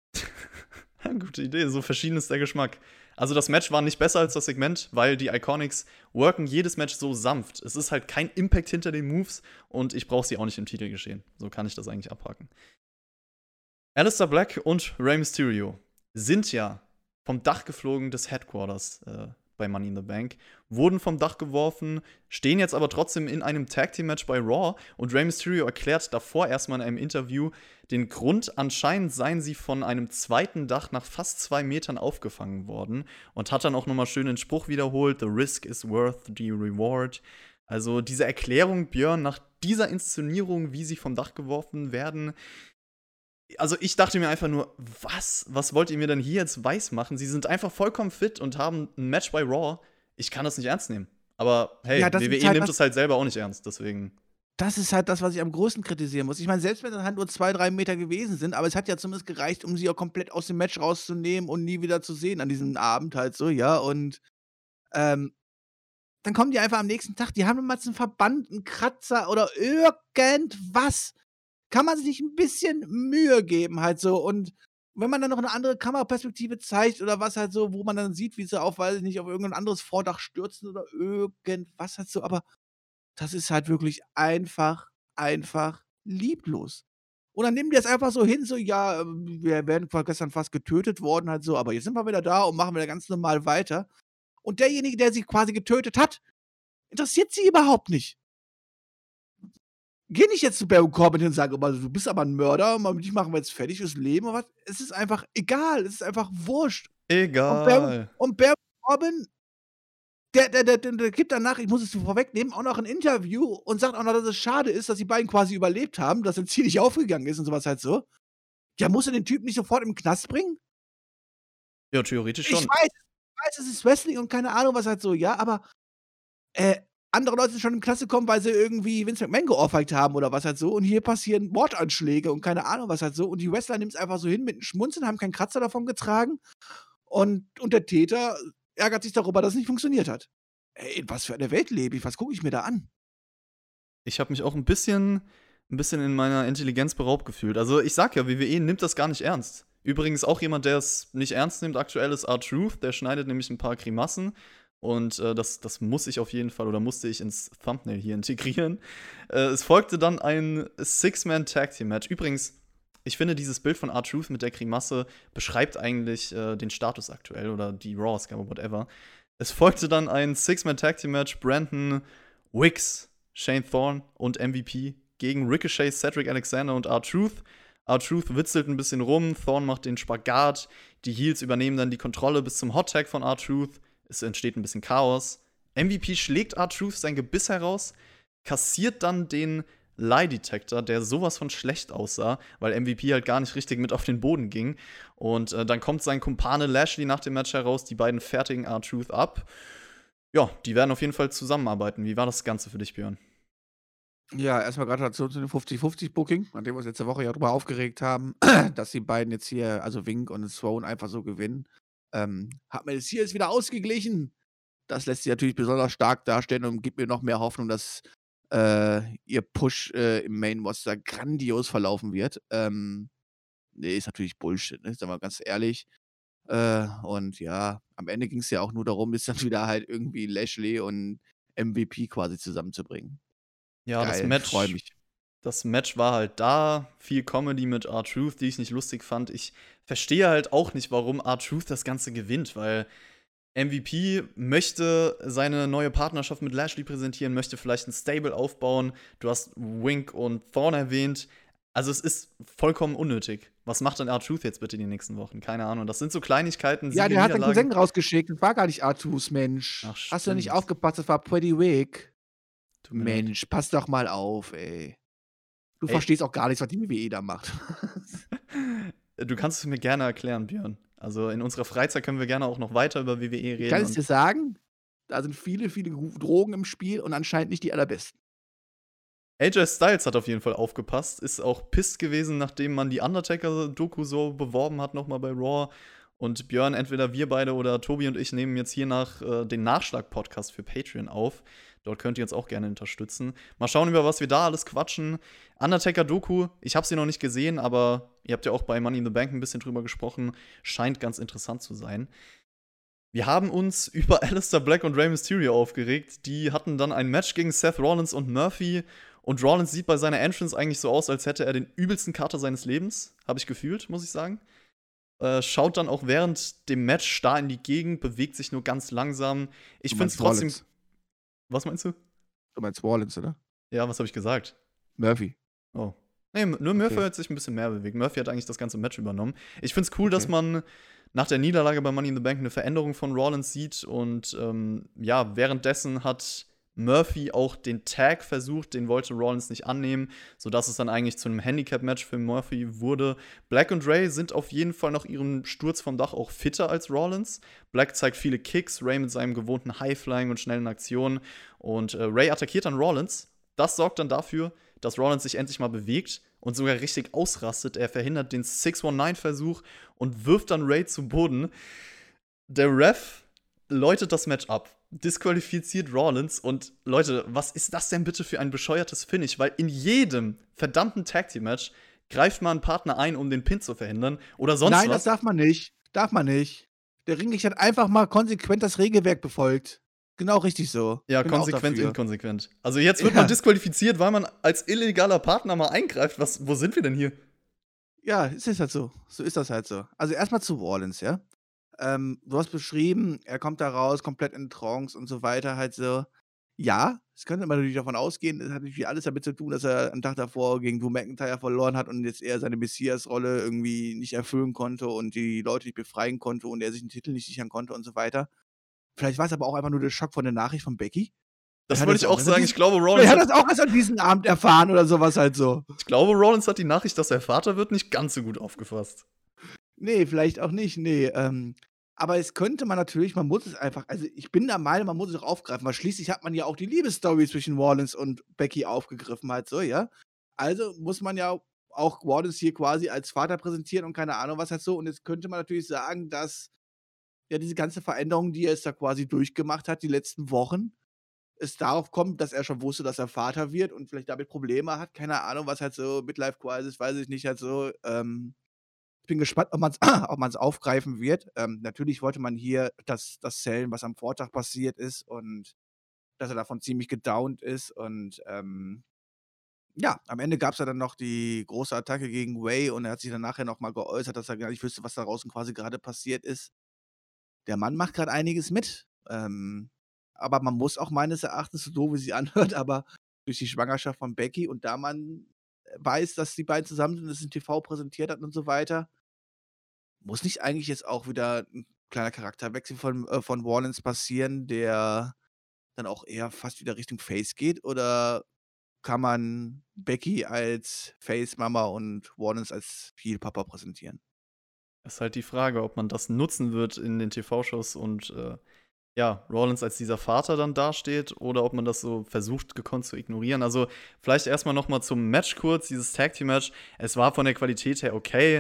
[SPEAKER 2] Gute Idee, so verschieden ist der Geschmack. Also das Match war nicht besser als das Segment, weil die Iconics worken jedes Match so sanft. Es ist halt kein Impact hinter den Moves und ich brauche sie auch nicht im Titelgeschehen. So kann ich das eigentlich abhaken. Aleister Black und Rey Mysterio sind ja vom Dach geflogen des Headquarters bei Money in the Bank, wurden vom Dach geworfen, stehen jetzt aber trotzdem in einem Tag-Team-Match bei Raw und Rey Mysterio erklärt davor erstmal in einem Interview den Grund, anscheinend seien sie von einem zweiten Dach nach fast 2 Metern aufgefangen worden und hat dann auch nochmal schön den Spruch wiederholt, "The risk is worth the reward." Also diese Erklärung, Björn, nach dieser Inszenierung, wie sie vom Dach geworfen werden, also ich dachte mir einfach nur, was wollt ihr mir denn hier jetzt weismachen? Sie sind einfach vollkommen fit und haben ein Match bei Raw. Ich kann das nicht ernst nehmen. Aber hey,
[SPEAKER 3] Ja, das ist
[SPEAKER 2] WWE
[SPEAKER 3] halt
[SPEAKER 2] nimmt es halt selber auch nicht ernst, deswegen.
[SPEAKER 3] das ist halt das, was ich am größten kritisieren muss. Ich meine, selbst wenn es halt nur 2, 3 Meter gewesen sind, aber es hat ja zumindest gereicht, um sie auch komplett aus dem Match rauszunehmen und nie wieder zu sehen an diesem Abend halt so, ja. Und, ähm, dann kommen die einfach am nächsten Tag, die haben niemals 'n Verband, 'n Kratzer oder irgendwas. Kann man sich nicht 'n bisschen Mühe geben halt so. Und wenn man dann noch 'ne andere Kameraperspektive zeigt oder was halt so, wo man dann sieht, wie sie auf, weiß ich nicht, auf irgendein anderes Vordach stürzen oder irgendwas halt so, aber das ist halt wirklich einfach lieblos. Und dann nehmen die das einfach so hin, so: „Ja, wir wären gestern fast getötet worden", halt so, aber jetzt sind wir wieder da und machen wieder ganz normal weiter. Und derjenige, der sie quasi getötet hat, interessiert sie überhaupt nicht. Geh nicht jetzt zu Baron Corbin hin und sage: „Aber du bist aber 'n Mörder, dich machen wir jetzt fertig fürs Leben" oder was. Es ist einfach egal, es ist einfach wurscht.
[SPEAKER 2] Egal.
[SPEAKER 3] Und Baron Corbin, der gibt danach, ich muss es vorwegnehmen, auch noch 'n Interview und sagt auch noch, dass es schade ist, dass die beiden quasi überlebt haben, dass sein Ziel nicht aufgegangen ist und so was halt so. Ja, musst du den Typen nicht sofort in 'n Knast bringen?
[SPEAKER 2] Ja, theoretisch
[SPEAKER 3] Ich
[SPEAKER 2] schon.
[SPEAKER 3] weiß, es ist Wrestling und keine Ahnung was halt so, ja, aber, äh, andere Leute sind schon in Knast gekommen, weil sie irgendwie Vince McMahon geohrfeigt haben oder was halt so und hier passieren Mordanschläge und keine Ahnung was halt so und die Wrestler nimmen's einfach so hin mit 'n Schmunzeln, haben keinen Kratzer davon getragen und der Täter ärgert sich darüber, dass es nicht funktioniert hat. Ey, in was für einer Welt lebe ich? Was gucke ich mir da an?
[SPEAKER 2] Ich habe mich auch ein bisschen in meiner Intelligenz beraubt gefühlt. Also ich sag ja, WWE nimmt das gar nicht ernst. Übrigens auch jemand, der es nicht ernst nimmt aktuell, ist R-Truth. Der schneidet nämlich ein paar Grimassen. Und das muss ich auf jeden Fall oder musste ich ins Thumbnail hier integrieren. Es folgte dann ein Six-Man-Tag-Team-Match. Übrigens, ich finde, dieses Bild von R-Truth mit der Grimasse beschreibt eigentlich den Status aktuell oder die Raw-Ausgabe, whatever. Es folgte dann ein Six-Man-Tag-Team-Match. Brandon Wicks, Shane Thorne und MVP gegen Ricochet, Cedric Alexander und R-Truth. R-Truth witzelt ein bisschen rum, Thorne macht den Spagat, die Heels übernehmen dann die Kontrolle bis zum Hot Tag von R-Truth. Es entsteht ein bisschen Chaos. MVP schlägt R-Truth sein Gebiss heraus, kassiert dann den Lie Detector, der sowas von schlecht aussah, weil MVP halt gar nicht richtig mit auf den Boden ging. Und dann kommt sein Kumpane Lashley nach dem Match heraus, die beiden fertigen R-Truth ab. Ja, die werden auf jeden Fall zusammenarbeiten. Wie war das Ganze für dich, Björn?
[SPEAKER 3] Ja, erstmal Gratulation zu dem 50-50-Booking, an dem wir uns letzte Woche ja drüber aufgeregt haben, dass die beiden jetzt hier, also Wink und Throne, einfach so gewinnen. Hat mir das hier jetzt wieder ausgeglichen. Das lässt sie natürlich besonders stark dastehen und gibt mir noch mehr Hoffnung, dass ihr Push im Main Roster grandios verlaufen wird. nee, ist natürlich Bullshit, ne? Sagen wir ganz ehrlich. Und ja, am Ende ging es ja auch nur darum, ist dann wieder halt irgendwie Lashley und MVP quasi zusammenzubringen.
[SPEAKER 2] Ja,
[SPEAKER 3] Geil, ich freue mich.
[SPEAKER 2] das Match war halt da. Viel Comedy mit R-Truth, die ich nicht lustig fand. Ich verstehe halt auch nicht, warum R-Truth das Ganze gewinnt, weil MVP möchte seine neue Partnerschaft mit Lashley präsentieren, möchte vielleicht ein Stable aufbauen. Du hast Wink und Thorne erwähnt. Also es ist vollkommen unnötig. Was macht denn R-Truth jetzt bitte die nächsten Wochen? Keine Ahnung. Das sind so Kleinigkeiten,
[SPEAKER 3] Ja,
[SPEAKER 2] Siege,
[SPEAKER 3] der hat seinen
[SPEAKER 2] Niederlagen.
[SPEAKER 3] Cousin rausgeschickt. Das war gar nicht Artus, Mensch.
[SPEAKER 2] Ach,
[SPEAKER 3] Hast du nicht
[SPEAKER 2] stimmt.
[SPEAKER 3] aufgepasst? Das war Pretty Wig.
[SPEAKER 2] Tut mir leid.
[SPEAKER 3] Mensch, pass doch mal auf, ey. Du
[SPEAKER 2] Ey.
[SPEAKER 3] verstehst auch gar nichts, was die WWE da macht.
[SPEAKER 2] Du kannst es mir gerne erklären, Björn. Also in unserer Freizeit können wir gerne auch noch weiter über WWE reden.
[SPEAKER 3] Ich kann es dir sagen, da sind viele, viele Drogen im Spiel und anscheinend nicht die allerbesten.
[SPEAKER 2] AJ Styles hat auf jeden Fall aufgepasst, ist auch pisst gewesen, nachdem man die Undertaker-Doku so beworben hat, nochmal bei Raw. Und Björn, entweder wir beide oder Tobi und ich nehmen jetzt hier den Nachschlag-Podcast für Patreon auf. Dort könnt ihr uns auch gerne unterstützen. Mal schauen, über was wir da alles quatschen. Undertaker-Doku, ich habe sie noch nicht gesehen, aber ihr habt ja auch bei Money in the Bank ein bisschen drüber gesprochen. Scheint ganz interessant zu sein. Wir haben uns über Aleister Black und Rey Mysterio aufgeregt. Die hatten dann ein Match gegen Seth Rollins und Murphy. Und Rollins sieht bei seiner Entrance eigentlich so aus, als hätte er den übelsten Kater seines Lebens. Habe ich gefühlt, muss ich sagen. Schaut dann auch während dem Match starr in die Gegend, bewegt sich nur ganz langsam. Ich finde es trotzdem.
[SPEAKER 3] Rollins.
[SPEAKER 2] Was meinst du?
[SPEAKER 3] Du meinst Rollins, oder?
[SPEAKER 2] Ja, was habe ich gesagt?
[SPEAKER 3] Murphy.
[SPEAKER 2] Oh. Nee, nur Murphy
[SPEAKER 3] Okay.
[SPEAKER 2] hat sich ein bisschen mehr bewegt. Murphy hat eigentlich das ganze Match übernommen. Ich finde es cool, dass
[SPEAKER 3] Okay.
[SPEAKER 2] man nach der Niederlage bei Money in the Bank eine Veränderung von Rollins sieht. Und ja, währenddessen hat Murphy auch den Tag versucht, den wollte Rollins nicht annehmen, sodass es dann eigentlich zu einem Handicap-Match für Murphy wurde. Black und Ray sind auf jeden Fall nach ihrem Sturz vom Dach auch fitter als Rollins. Black zeigt viele Kicks, Ray mit seinem gewohnten Highflying und schnellen Aktionen. Und Ray attackiert dann Rollins. Das sorgt dann dafür, dass Rollins sich endlich mal bewegt und sogar richtig ausrastet. Er verhindert den 619-Versuch und wirft dann Ray zu Boden. Der Ref läutet das Match ab, disqualifiziert Rollins und Leute, was ist das denn bitte für ein bescheuertes Finish? Weil in jedem verdammten Tag-Team-Match greift man einen Partner ein, um den Pin zu verhindern oder sonst
[SPEAKER 3] Nein,
[SPEAKER 2] was.
[SPEAKER 3] das darf man nicht. Darf man nicht. Der Ringrichter hat einfach mal konsequent das Regelwerk befolgt. Genau richtig so.
[SPEAKER 2] Ja,
[SPEAKER 3] Bin auch
[SPEAKER 2] konsequent,
[SPEAKER 3] dafür.
[SPEAKER 2] inkonsequent. Also jetzt wird
[SPEAKER 3] Ja.
[SPEAKER 2] man disqualifiziert, weil man als illegaler Partner mal eingreift. Wo sind wir denn hier?
[SPEAKER 3] Ja, es ist halt so. So ist das halt so. Also erstmal zu Rollins, ja. Du hast beschrieben, er kommt da raus, komplett in Trance und so weiter, halt so. Ja, es könnte man natürlich davon ausgehen, es hat natürlich alles damit zu tun, dass er am Tag davor gegen Drew McIntyre verloren hat und jetzt er seine Messias-Rolle irgendwie nicht erfüllen konnte und die Leute nicht befreien konnte und er sich den Titel nicht sichern konnte und so weiter. Vielleicht war es aber auch einfach nur der Schock von der Nachricht von Becky.
[SPEAKER 2] Das
[SPEAKER 3] Er hat
[SPEAKER 2] wollte
[SPEAKER 3] das
[SPEAKER 2] ich auch
[SPEAKER 3] auch
[SPEAKER 2] sagen.
[SPEAKER 3] erst-
[SPEAKER 2] Ich glaube,
[SPEAKER 3] Er
[SPEAKER 2] Rollins
[SPEAKER 3] hat
[SPEAKER 2] hat,
[SPEAKER 3] das auch erst an diesem Abend erfahren oder sowas halt so.
[SPEAKER 2] Rollins hat die Nachricht, dass er Vater wird, nicht ganz so gut aufgefasst.
[SPEAKER 3] Nee, vielleicht auch nicht, nee. Aber es könnte man natürlich, man muss es einfach, also ich bin der Meinung, man muss es auch aufgreifen, weil schließlich hat man ja auch die Liebesstory zwischen Rollins und Becky aufgegriffen, halt so, ja. Also muss man ja auch Rollins hier quasi als Vater präsentieren und keine Ahnung was halt so. Und jetzt könnte man natürlich sagen, dass ja diese ganze Veränderung, die er jetzt da quasi durchgemacht hat, die letzten Wochen, es darauf kommt, dass er schon wusste, dass er Vater wird und vielleicht damit Probleme hat, keine Ahnung, was halt so, Midlife-Crisis, weiß ich nicht, halt so, ich bin gespannt, ob man es ob man's aufgreifen wird. Natürlich wollte man hier das zählen, was am Vortag passiert ist und dass er davon ziemlich gedownt ist und, ja, am Ende gab es ja dann noch die große Attacke gegen Ray und er hat sich dann nachher noch mal geäußert, dass er gar nicht wüsste, was da draußen quasi gerade passiert ist. Der Mann macht gerade einiges mit, aber man muss auch meines Erachtens, so doof wie sie anhört, aber durch die Schwangerschaft von Becky und da man weiß, dass die beiden zusammen sind, das in TV präsentiert hat und so weiter, muss nicht eigentlich jetzt auch wieder ein kleiner Charakterwechsel von Rollins passieren, der dann auch eher fast wieder Richtung Face geht? Oder kann man Becky als Face-Mama und Rollins als Heel-Papa präsentieren?
[SPEAKER 2] Das ist halt die Frage, ob man das nutzen wird in den TV-Shows und ja, Rollins als dieser Vater dann dasteht oder ob man das so versucht, gekonnt zu ignorieren. Also vielleicht erstmal noch mal zum Match kurz, dieses Tag-Team-Match. Es war von der Qualität her okay.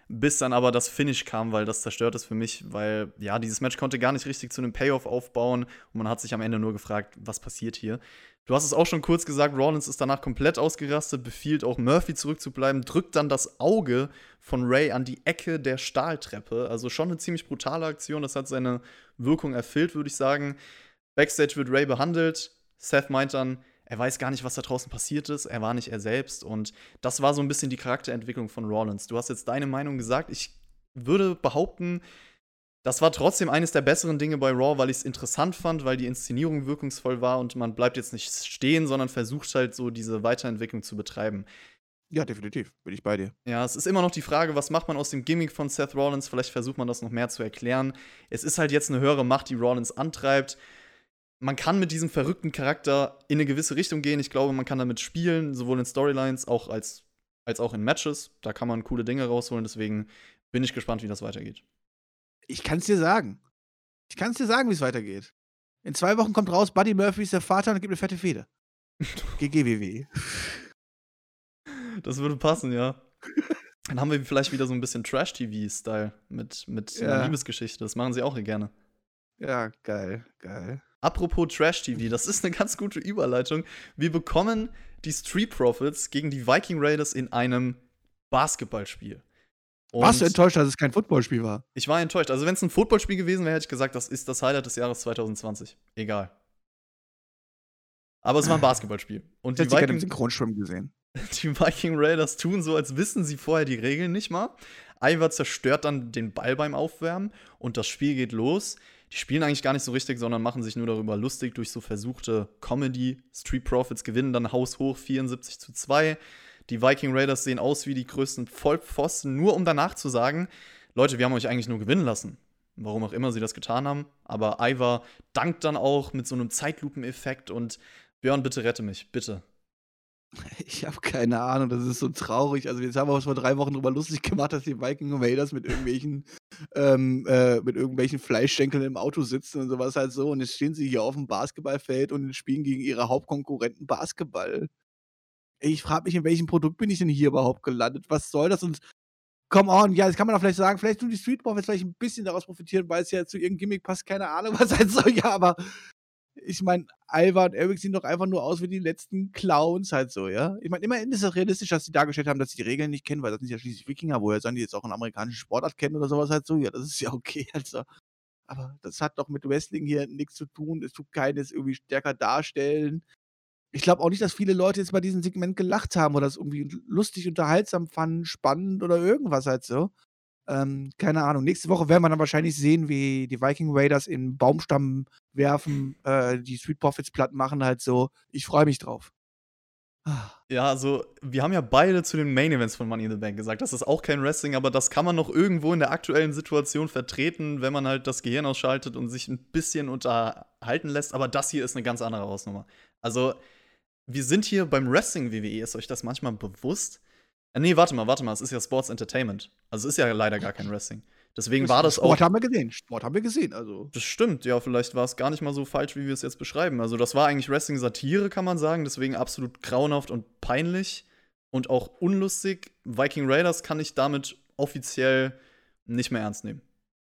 [SPEAKER 2] bis dann aber das Finish kam, weil das zerstört ist für mich, weil ja, dieses Match konnte gar nicht richtig zu einem Payoff aufbauen und man hat sich am Ende nur gefragt, was passiert hier. Du hast es auch schon kurz gesagt, Rollins ist danach komplett ausgerastet, befiehlt auch Murphy zurückzubleiben, drückt dann das Auge von Ray an die Ecke der Stahltreppe. Also schon eine ziemlich brutale Aktion, das hat seine Wirkung erfüllt, würde ich sagen. Backstage wird Ray behandelt. Seth meint dann, er weiß gar nicht, was da draußen passiert ist, er war nicht er selbst. Und das war so ein bisschen die Charakterentwicklung von Rollins. Du hast jetzt deine Meinung gesagt. Ich würde behaupten, das war trotzdem eines der besseren Dinge bei Raw, weil ich es interessant fand, weil die Inszenierung wirkungsvoll war und man bleibt jetzt nicht stehen, sondern versucht halt so diese Weiterentwicklung zu betreiben.
[SPEAKER 3] Ja, definitiv. Bin ich bei dir.
[SPEAKER 2] Ja, es ist immer noch die Frage, was macht man aus dem Gimmick von Seth Rollins? Vielleicht versucht man das noch mehr zu erklären. Es ist halt jetzt eine höhere Macht, die Rollins antreibt. Man kann mit diesem verrückten Charakter in eine gewisse Richtung gehen. Ich glaube, man kann damit spielen, sowohl in Storylines als auch in Matches. Da kann man coole Dinge rausholen. Deswegen bin ich gespannt, wie das weitergeht.
[SPEAKER 3] Ich kann es dir sagen. Ich kann es dir sagen, wie es weitergeht. In 2 Wochen kommt raus, Buddy Murphy ist der Vater und gibt eine fette Fehde. GGWW.
[SPEAKER 2] Das würde passen, ja. Dann haben wir vielleicht wieder so ein bisschen Trash-TV-Style mit einer Liebesgeschichte. Das machen sie auch gerne.
[SPEAKER 3] Ja, geil, geil.
[SPEAKER 2] Apropos Trash-TV, das ist eine ganz gute Überleitung. Wir bekommen die Street Profits gegen die Viking Raiders in einem Basketballspiel. Und
[SPEAKER 3] warst du enttäuscht, dass es kein Footballspiel war?
[SPEAKER 2] Ich war enttäuscht. Also wenn es ein Footballspiel gewesen wäre, hätte ich gesagt, das ist das Highlight des Jahres 2020. Egal. Aber es war ein Basketballspiel. Und
[SPEAKER 3] ich hätte gerne im Synchronschwimmen gesehen.
[SPEAKER 2] Die Viking Raiders tun so, als wissen sie vorher die Regeln nicht mal. Ivar zerstört dann den Ball beim Aufwärmen und das Spiel geht los. Die spielen eigentlich gar nicht so richtig, sondern machen sich nur darüber lustig durch so versuchte Comedy. Street Profits gewinnen dann haushoch 74-2. Die Viking Raiders sehen aus wie die größten Vollpfosten, nur um danach zu sagen, Leute, wir haben euch eigentlich nur gewinnen lassen. Warum auch immer sie das getan haben. Aber Ivar dankt dann auch mit so einem Zeitlupeneffekt und Björn, bitte rette mich, bitte.
[SPEAKER 3] Ich habe keine Ahnung, das ist so traurig. Also jetzt haben wir uns vor 3 Wochen drüber lustig gemacht, dass die Viking Raiders mit irgendwelchen Fleischschenkeln im Auto sitzen und sowas halt so. Und jetzt stehen sie hier auf dem Basketballfeld und spielen gegen ihre Hauptkonkurrenten Basketball. Ich frage mich, in welchem Produkt bin ich denn hier überhaupt gelandet? Was soll das? Und come on, ja, das kann man doch vielleicht sagen, vielleicht tun die Street Profits vielleicht ein bisschen daraus profitieren, weil es ja zu irgendeinem Gimmick passt, keine Ahnung, was halt so, ja, aber ich meine, Ivar und Eric sehen doch einfach nur aus wie die letzten Clowns halt so, ja. Ich meine, immerhin ist es realistisch, dass sie dargestellt haben, dass sie die Regeln nicht kennen, weil das sind ja schließlich Wikinger, woher sollen die jetzt auch eine amerikanische Sportart kennen oder sowas halt so, ja, das ist ja okay, also. Aber das hat doch mit Wrestling hier nichts zu tun, es tut keines irgendwie stärker darstellen. Ich glaube auch nicht, dass viele Leute jetzt bei diesem Segment gelacht haben oder es irgendwie lustig, unterhaltsam fanden, spannend oder irgendwas halt so. Keine Ahnung. Nächste Woche werden wir dann wahrscheinlich sehen, wie die Viking Raiders in Baumstamm werfen, die Street Profits platt machen halt so. Ich freue mich drauf.
[SPEAKER 2] Ja, also wir haben ja beide zu den Main Events von Money in the Bank gesagt. Das ist auch kein Wrestling, aber das kann man noch irgendwo in der aktuellen Situation vertreten, wenn man halt das Gehirn ausschaltet und sich ein bisschen unterhalten lässt. Aber das hier ist eine ganz andere Hausnummer. Also wir sind hier beim Wrestling WWE. Ist euch das manchmal bewusst? Nee, warte mal, es ist ja Sports Entertainment. Also es ist ja leider gar kein Wrestling. Deswegen war das auch.
[SPEAKER 3] Sport haben wir gesehen, also.
[SPEAKER 2] Das stimmt, ja, vielleicht war es gar nicht mal so falsch, wie wir es jetzt beschreiben. Also das war eigentlich Wrestling-Satire, kann man sagen, deswegen absolut grauenhaft und peinlich und auch unlustig. Viking Raiders kann ich damit offiziell nicht mehr ernst nehmen.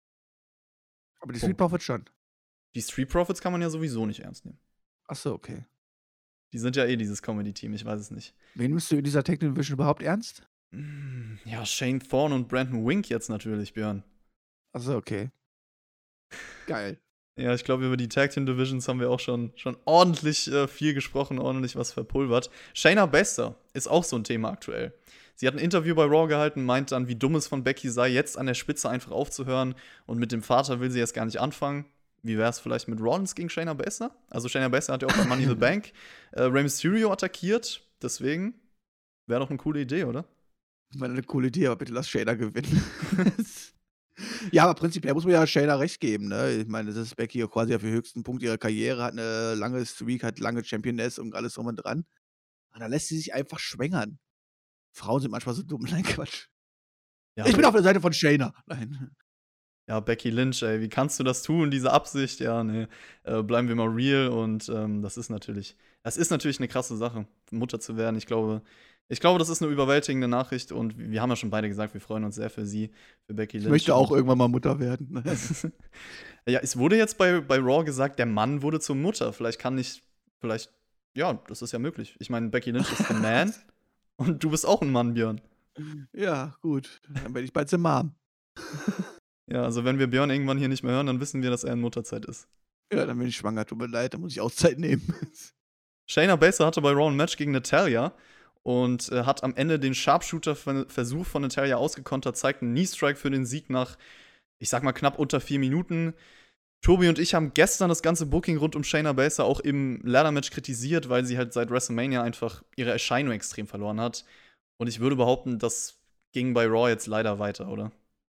[SPEAKER 3] Aber die Street Profits schon.
[SPEAKER 2] Die Street Profits kann man ja sowieso nicht ernst nehmen.
[SPEAKER 3] Ach so, okay.
[SPEAKER 2] Die sind ja dieses Comedy-Team, ich weiß es nicht.
[SPEAKER 3] Wen nimmst du in dieser Tag Team Division überhaupt ernst?
[SPEAKER 2] Ja, Shane Thorne und Brandon Wink jetzt natürlich, Björn.
[SPEAKER 3] Achso, okay. Geil.
[SPEAKER 2] Ja, ich glaube, über die Tag Team Divisions haben wir auch schon ordentlich viel gesprochen, ordentlich was verpulvert. Shayna Baszler ist auch so ein Thema aktuell. Sie hat ein Interview bei Raw gehalten, meint dann, wie dumm es von Becky sei, jetzt an der Spitze einfach aufzuhören. Und mit dem Vater will sie jetzt gar nicht anfangen. Wie wäre es vielleicht mit Rollins gegen Shayna Baszler? Also Shayna Baszler hat ja auch bei Money in the Bank Rey Mysterio attackiert. Deswegen wäre doch eine coole Idee, oder?
[SPEAKER 3] Ich meine, eine coole Idee, aber bitte lass Shayna gewinnen. Ja, aber prinzipiell muss man ja Shayna recht geben, ne? Ich meine, das ist Becky ja quasi auf den höchsten Punkt ihrer Karriere, hat eine lange Streak, hat lange Championess und alles drum und dran. Und dann lässt sie sich einfach schwängern. Frauen sind manchmal so dumm. Nein, Quatsch.
[SPEAKER 2] Ja,
[SPEAKER 3] ich bin auf der Seite von Shayna. Nein.
[SPEAKER 2] Ja, Becky Lynch, ey, wie kannst du das tun, diese Absicht? Ja, nee, bleiben wir mal real und das ist natürlich eine krasse Sache, Mutter zu werden. Ich glaube, Ich glaube, das ist eine überwältigende Nachricht und wir haben ja schon beide gesagt, wir freuen uns sehr für sie, für Becky Lynch.
[SPEAKER 3] Ich möchte auch irgendwann mal Mutter werden.
[SPEAKER 2] Ja, es wurde jetzt bei Raw gesagt, der Mann wurde zur Mutter. Ja, das ist ja möglich. Ich meine, Becky Lynch ist ein Man und du bist auch ein Mann, Björn.
[SPEAKER 3] Ja, gut. Dann werde ich bald zur Mom.
[SPEAKER 2] Ja, also wenn wir Björn irgendwann hier nicht mehr hören, dann wissen wir, dass er in Mutterzeit ist.
[SPEAKER 3] Ja, dann bin ich schwanger. Tut mir leid, dann muss ich Auszeit nehmen.
[SPEAKER 2] Shayna Baszler hatte bei Raw ein Match gegen Natalya und hat am Ende den Sharpshooter-Versuch von Natalya ausgekontert, zeigt einen Knee-Strike für den Sieg nach, ich sag mal, knapp unter 4 Minuten. Tobi und ich haben gestern das ganze Booking rund um Shayna Baszler auch im Ladder-Match kritisiert, weil sie halt seit WrestleMania einfach ihre Erscheinung extrem verloren hat. Und ich würde behaupten, das ging bei Raw jetzt leider weiter, oder?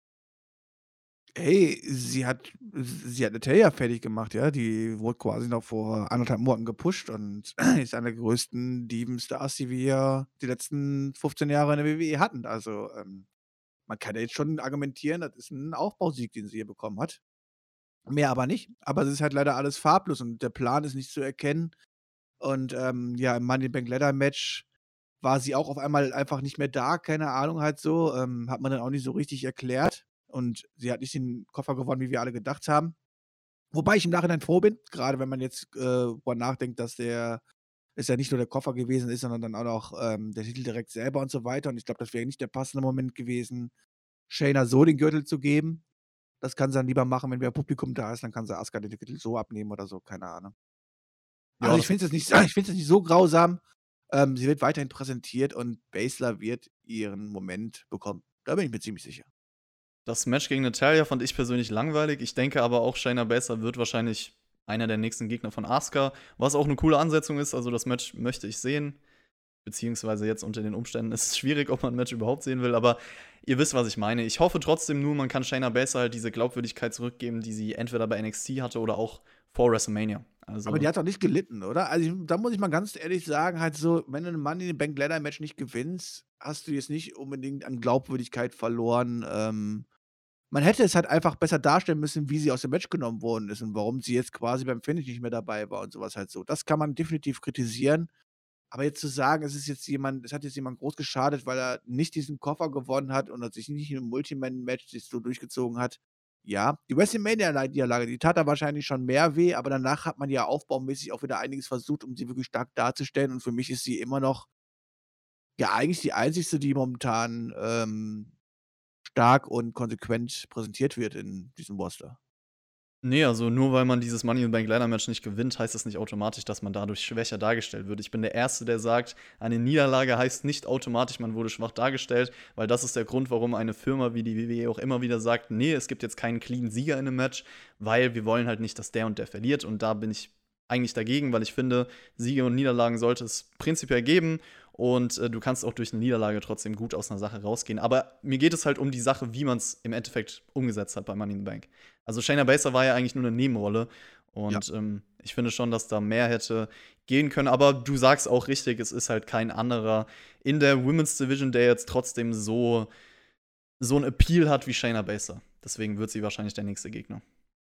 [SPEAKER 3] Hey, sie hat Natalya fertig gemacht, ja. Die wurde quasi noch vor 1,5 Monaten gepusht und ist eine der größten Diven-Stars, die wir die letzten 15 Jahre in der WWE hatten. Also, man kann ja jetzt schon argumentieren, das ist ein Aufbausieg, den sie hier bekommen hat. Mehr aber nicht. Aber es ist halt leider alles farblos und der Plan ist nicht zu erkennen. Und, ja, im Money in the Bank Ladder Match war sie auch auf einmal einfach nicht mehr da, keine Ahnung halt so. Hat man dann auch nicht so richtig erklärt. Und sie hat nicht den Koffer gewonnen, wie wir alle gedacht haben. Wobei ich im Nachhinein froh bin, gerade wenn man jetzt drüber nachdenkt, dass es ja nicht nur der Koffer gewesen ist, sondern dann auch noch der Titel direkt selber und so weiter. Und ich glaube, das wäre nicht der passende Moment gewesen, Shayna so den Gürtel zu geben. Das kann sie dann lieber machen, wenn wieder Publikum da ist, dann kann sie Asuka den Gürtel so abnehmen oder so, keine Ahnung.
[SPEAKER 2] Ja,
[SPEAKER 3] Also
[SPEAKER 2] das
[SPEAKER 3] ich finde es nicht so grausam. Sie wird weiterhin präsentiert und Baszler wird ihren Moment bekommen. Da bin ich mir ziemlich sicher.
[SPEAKER 2] Das Match gegen Natalya fand ich persönlich langweilig. Ich denke aber auch, Shayna Baszler wird wahrscheinlich einer der nächsten Gegner von Asuka, was auch eine coole Ansetzung ist. Also das Match möchte ich sehen. Beziehungsweise jetzt unter den Umständen ist es schwierig, ob man ein Match überhaupt sehen will. Aber ihr wisst, was ich meine. Ich hoffe trotzdem nur, man kann Shayna Baszler halt diese Glaubwürdigkeit zurückgeben, die sie entweder bei NXT hatte oder auch vor WrestleMania. Also,
[SPEAKER 3] Aber die hat doch nicht gelitten, oder? Also da muss ich mal ganz ehrlich sagen, halt so, wenn du ein Money in the Bank Ladder Match nicht gewinnst, hast du jetzt nicht unbedingt an Glaubwürdigkeit verloren. Man hätte es halt einfach besser darstellen müssen, wie sie aus dem Match genommen worden ist und warum sie jetzt quasi beim Finish nicht mehr dabei war und sowas halt so. Das kann man definitiv kritisieren. Aber jetzt zu sagen, es hat jetzt jemand groß geschadet, weil er nicht diesen Koffer gewonnen hat und sich nicht im Multiman-Match sich so durchgezogen hat. Ja, die WrestleMania-Niederlage, die tat da wahrscheinlich schon mehr weh, aber danach hat man ja aufbaumäßig auch wieder einiges versucht, um sie wirklich stark darzustellen. Und für mich ist sie immer noch, ja, eigentlich die einzigste, die momentan stark und konsequent präsentiert wird in diesem Roster.
[SPEAKER 2] nee, also nur weil man dieses Money in the Bank Ladder Match nicht gewinnt, heißt das nicht automatisch, dass man dadurch schwächer dargestellt wird. Ich bin der Erste, der sagt, eine Niederlage heißt nicht automatisch, man wurde schwach dargestellt, weil das ist der Grund, warum eine Firma wie die WWE auch immer wieder sagt, nee, es gibt jetzt keinen clean Sieger in einem Match, weil wir wollen halt nicht, dass der und der verliert. Und da bin ich eigentlich dagegen, weil ich finde, Siege und Niederlagen sollte es prinzipiell geben. Und du kannst auch durch eine Niederlage trotzdem gut aus einer Sache rausgehen. Aber mir geht es halt um die Sache, wie man es im Endeffekt umgesetzt hat bei Money in the Bank. Also Shayna Baszler war ja eigentlich nur eine Nebenrolle. Und ich finde schon, dass da mehr hätte gehen können. Aber du sagst auch richtig, es ist halt kein anderer in der Women's Division, der jetzt trotzdem so ein Appeal hat wie Shayna Baszler. Deswegen wird sie wahrscheinlich der nächste Gegner.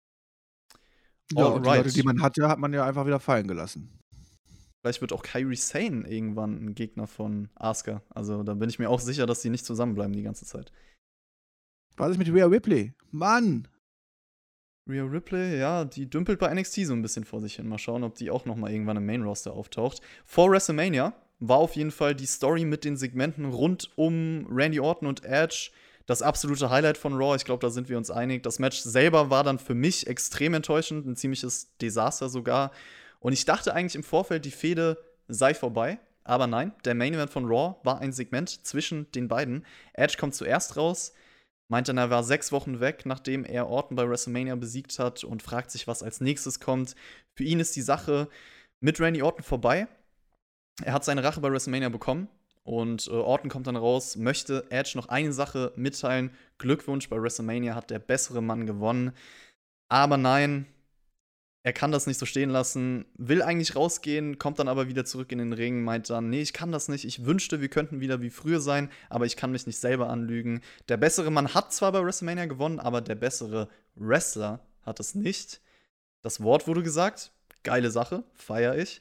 [SPEAKER 3] Ja, und die Leute, die man hatte, hat man ja einfach wieder fallen gelassen.
[SPEAKER 2] Vielleicht wird auch Kairi Sane irgendwann ein Gegner von Asuka. Also da bin ich mir auch sicher, dass die nicht zusammenbleiben die ganze Zeit.
[SPEAKER 3] Was ist mit Rhea Ripley? Mann!
[SPEAKER 2] Rhea Ripley, ja, die dümpelt bei NXT so ein bisschen vor sich hin. Mal schauen, ob die auch noch mal irgendwann im Main-Roster auftaucht. Vor WrestleMania war auf jeden Fall die Story mit den Segmenten rund um Randy Orton und Edge das absolute Highlight von Raw. Ich glaube, da sind wir uns einig. Das Match selber war dann für mich extrem enttäuschend, ein ziemliches Desaster sogar. Und ich dachte eigentlich im Vorfeld, die Fehde sei vorbei. Aber nein, der Main Event von Raw war ein Segment zwischen den beiden. Edge kommt zuerst raus, meint dann, er war 6 Wochen weg, nachdem er Orton bei WrestleMania besiegt hat und fragt sich, was als nächstes kommt. Für ihn ist die Sache mit Randy Orton vorbei. Er hat seine Rache bei WrestleMania bekommen und Orton kommt dann raus, möchte Edge noch eine Sache mitteilen. Glückwunsch, bei WrestleMania hat der bessere Mann gewonnen. Aber nein, er kann das nicht so stehen lassen, will eigentlich rausgehen, kommt dann aber wieder zurück in den Ring, meint dann, nee, ich kann das nicht, ich wünschte, wir könnten wieder wie früher sein, aber ich kann mich nicht selber anlügen. Der bessere Mann hat zwar bei WrestleMania gewonnen, aber der bessere Wrestler hat es nicht. Das Wort wurde gesagt, geile Sache, feiere ich.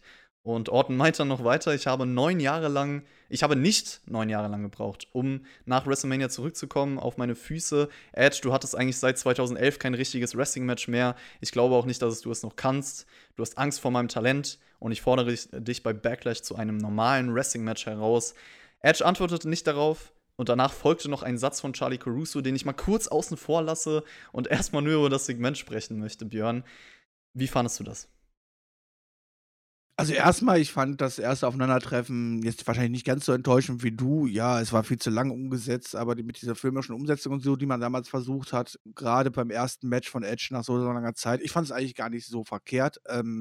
[SPEAKER 2] Und Orton meint dann noch weiter, ich habe nicht 9 Jahre lang gebraucht, um nach WrestleMania zurückzukommen auf meine Füße. Edge, du hattest eigentlich seit 2011 kein richtiges Wrestling-Match mehr. Ich glaube auch nicht, dass du es noch kannst. Du hast Angst vor meinem Talent und ich fordere dich bei Backlash zu einem normalen Wrestling-Match heraus. Edge antwortete nicht darauf. Und danach folgte noch ein Satz von Charlie Caruso, den ich mal kurz außen vor lasse und erstmal nur über das Segment sprechen möchte, Björn. Wie fandest du das?
[SPEAKER 3] Also erstmal, ich fand das erste Aufeinandertreffen jetzt wahrscheinlich nicht ganz so enttäuschend wie du. Ja, es war viel zu lang umgesetzt, aber mit dieser filmischen Umsetzung und so, die man damals versucht hat, gerade beim ersten Match von Edge nach so langer Zeit, ich fand es eigentlich gar nicht so verkehrt.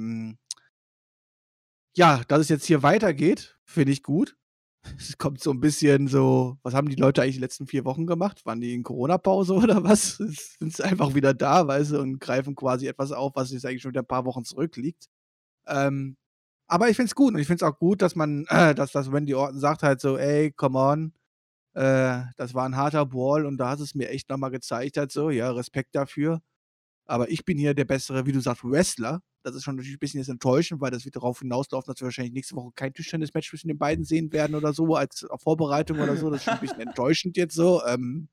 [SPEAKER 3] Ja, dass es jetzt hier weitergeht, finde ich gut. Es kommt so ein bisschen so, was haben die Leute eigentlich die letzten 4 Wochen gemacht? Waren die in Corona-Pause oder was? Sind sie einfach wieder da, weißt du, und greifen quasi etwas auf, was jetzt eigentlich schon wieder ein paar Wochen zurückliegt. Ähm, aber ich finde es gut und ich finde es auch gut, dass man dass Randy Orton sagt halt so: „Ey, come on, das war ein harter Brawl und da hast es mir echt noch mal gezeigt halt so, ja, Respekt dafür. Aber ich bin hier der bessere, wie du sagst, Wrestler.“ Das ist schon natürlich 'n bisschen jetzt enttäuschend, weil das wird darauf hinauslaufen, dass wir wahrscheinlich nächste Woche kein Tischtennis-Match zwischen den beiden sehen werden oder so als Vorbereitung oder so. Das ist schon 'n bisschen enttäuschend jetzt so.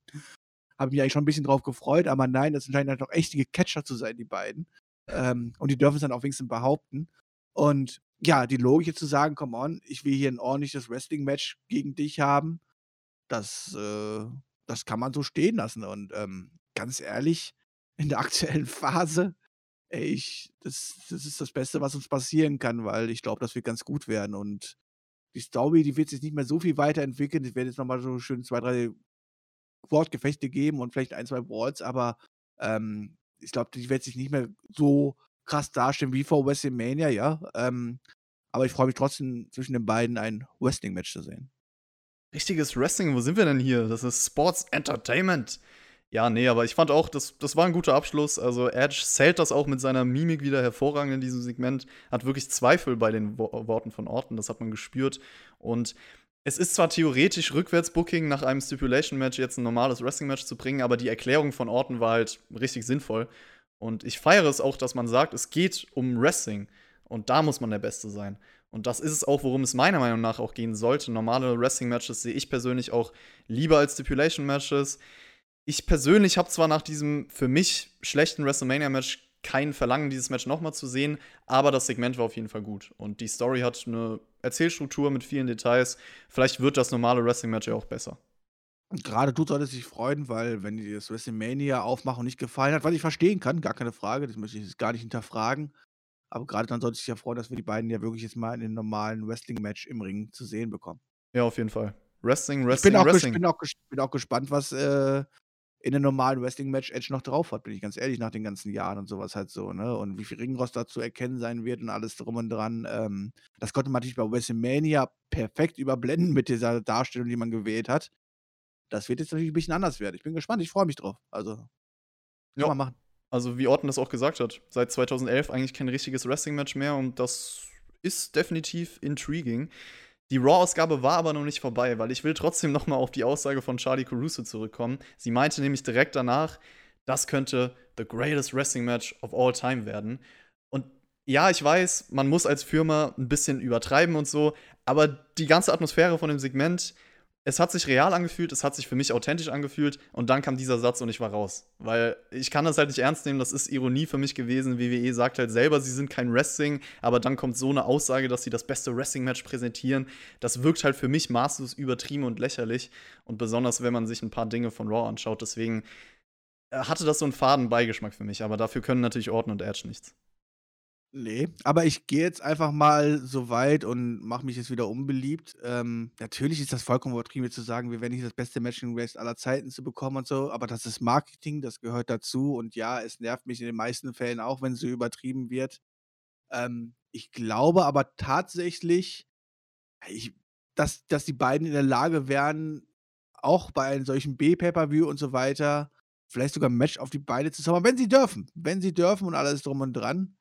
[SPEAKER 3] Habe mich eigentlich schon 'n bisschen drauf gefreut, aber nein, das scheinen halt doch echte Catcher zu sein, die beiden. Und die dürfen es dann auch wenigstens behaupten. Und ja, die Logik jetzt zu sagen: „Come on, ich will hier 'n ordentliches Wrestling-Match gegen dich haben“, das das kann man so stehen lassen. Und, ganz ehrlich, in der aktuellen Phase, ey, das ist das Beste, was uns passieren kann, weil ich glaube, das wird ganz gut werden. Und die Story, die wird sich nicht mehr so viel weiterentwickeln. Es werden jetzt noch mal so schön 2, 3 Wortgefechte geben und vielleicht ein, 2 Brawls, aber, ich glaube, die wird sich nicht mehr so krass darstellen wie vor WrestleMania, ja. Aber ich freue mich trotzdem, zwischen den beiden ein Wrestling-Match zu sehen.
[SPEAKER 2] Richtiges Wrestling, wo sind wir denn hier? Das ist Sports Entertainment. Ja, nee, aber ich fand auch, das war ein guter Abschluss. Also, Edge zählt das auch mit seiner Mimik wieder hervorragend in diesem Segment. Hat wirklich Zweifel bei den Worten von Orton, das hat man gespürt. Und es ist zwar theoretisch Rückwärts-Booking, nach einem Stipulation-Match jetzt ein normales Wrestling-Match zu bringen, aber die Erklärung von Orton war halt richtig sinnvoll. Und ich feiere es auch, dass man sagt, es geht um Wrestling. Und da muss man der Beste sein. Und das ist es auch, worum es meiner Meinung nach auch gehen sollte. Normale Wrestling-Matches sehe ich persönlich auch lieber als Stipulation-Matches. Ich persönlich habe zwar nach diesem für mich schlechten WrestleMania-Match kein Verlangen, dieses Match nochmal zu sehen, aber das Segment war auf jeden Fall gut. Und die Story hat eine Erzählstruktur mit vielen Details. Vielleicht wird das normale Wrestling-Match ja auch besser.
[SPEAKER 3] Und grade du solltest dich freuen, weil wenn dir das WrestleMania Aufmachung nicht gefallen hat, was ich verstehen kann, gar keine Frage, das möchte ich jetzt gar nicht hinterfragen. Aber grade dann solltest du dich ja freuen, dass wir die beiden ja wirklich jetzt mal in 'nem normalen Wrestling-Match im Ring zu sehen bekommen.
[SPEAKER 2] Ja, auf jeden Fall. Wrestling,
[SPEAKER 3] Ich bin
[SPEAKER 2] Wrestling,
[SPEAKER 3] auch ges
[SPEAKER 2] Wrestling.
[SPEAKER 3] bin auch gespannt, was, in 'nem normalen Wrestling-Match Edge noch drauf hat, bin ich ganz ehrlich, nach den ganzen Jahren und so was halt so, ne? Und wie viel Ringrost da zu erkennen sein wird und alles drum und dran. Das konnte man natürlich bei WrestleMania perfekt überblenden mit dieser Darstellung, die man gewählt hat. Das wird jetzt natürlich 'n bisschen anders werden. Ich bin gespannt, ich freue mich drauf. Also, kann
[SPEAKER 2] Ja,
[SPEAKER 3] man machen.
[SPEAKER 2] also wie Orton das auch gesagt hat, seit 2011 eigentlich kein richtiges Wrestling-Match mehr und das ist definitiv intriguing. Die Raw-Ausgabe war aber noch nicht vorbei, weil ich will trotzdem noch mal auf die Aussage von Charlie Caruso zurückkommen. Sie meinte nämlich direkt danach, das könnte the greatest Wrestling Match of all time werden. Und ja, ich weiß, man muss als Firma ein bisschen übertreiben und so, aber die ganze Atmosphäre von dem Segment, es hat sich real angefühlt, es hat sich für mich authentisch angefühlt und dann kam dieser Satz und ich war raus. Weil ich kann das halt nicht ernst nehmen, das ist Ironie für mich gewesen. WWE sagt halt selber, sie sind kein Wrestling, aber dann kommt so eine Aussage, dass sie das beste Wrestling-Match präsentieren. Das wirkt halt für mich maßlos übertrieben und lächerlich und besonders, wenn man sich ein paar Dinge von Raw anschaut. Deswegen hatte das so einen faden Beigeschmack für mich, aber dafür können natürlich Orton und Edge nichts.
[SPEAKER 3] Ne, aber ich gehe jetzt einfach mal so weit und mache mich jetzt wieder unbeliebt. Natürlich ist das vollkommen übertrieben, jetzt zu sagen, wir werden nicht das beste Matching Race aller Zeiten zu bekommen und so, aber das ist Marketing, das gehört dazu und ja, es nervt mich in den meisten Fällen auch, wenn so übertrieben wird. Ich glaube aber tatsächlich, ich dass die beiden in der Lage wären, auch bei einem solchen B-Pay-Per-View und so weiter, vielleicht sogar 'n Match auf die Beine zu zaubern, wenn sie dürfen. Wenn sie dürfen und alles drum und dran.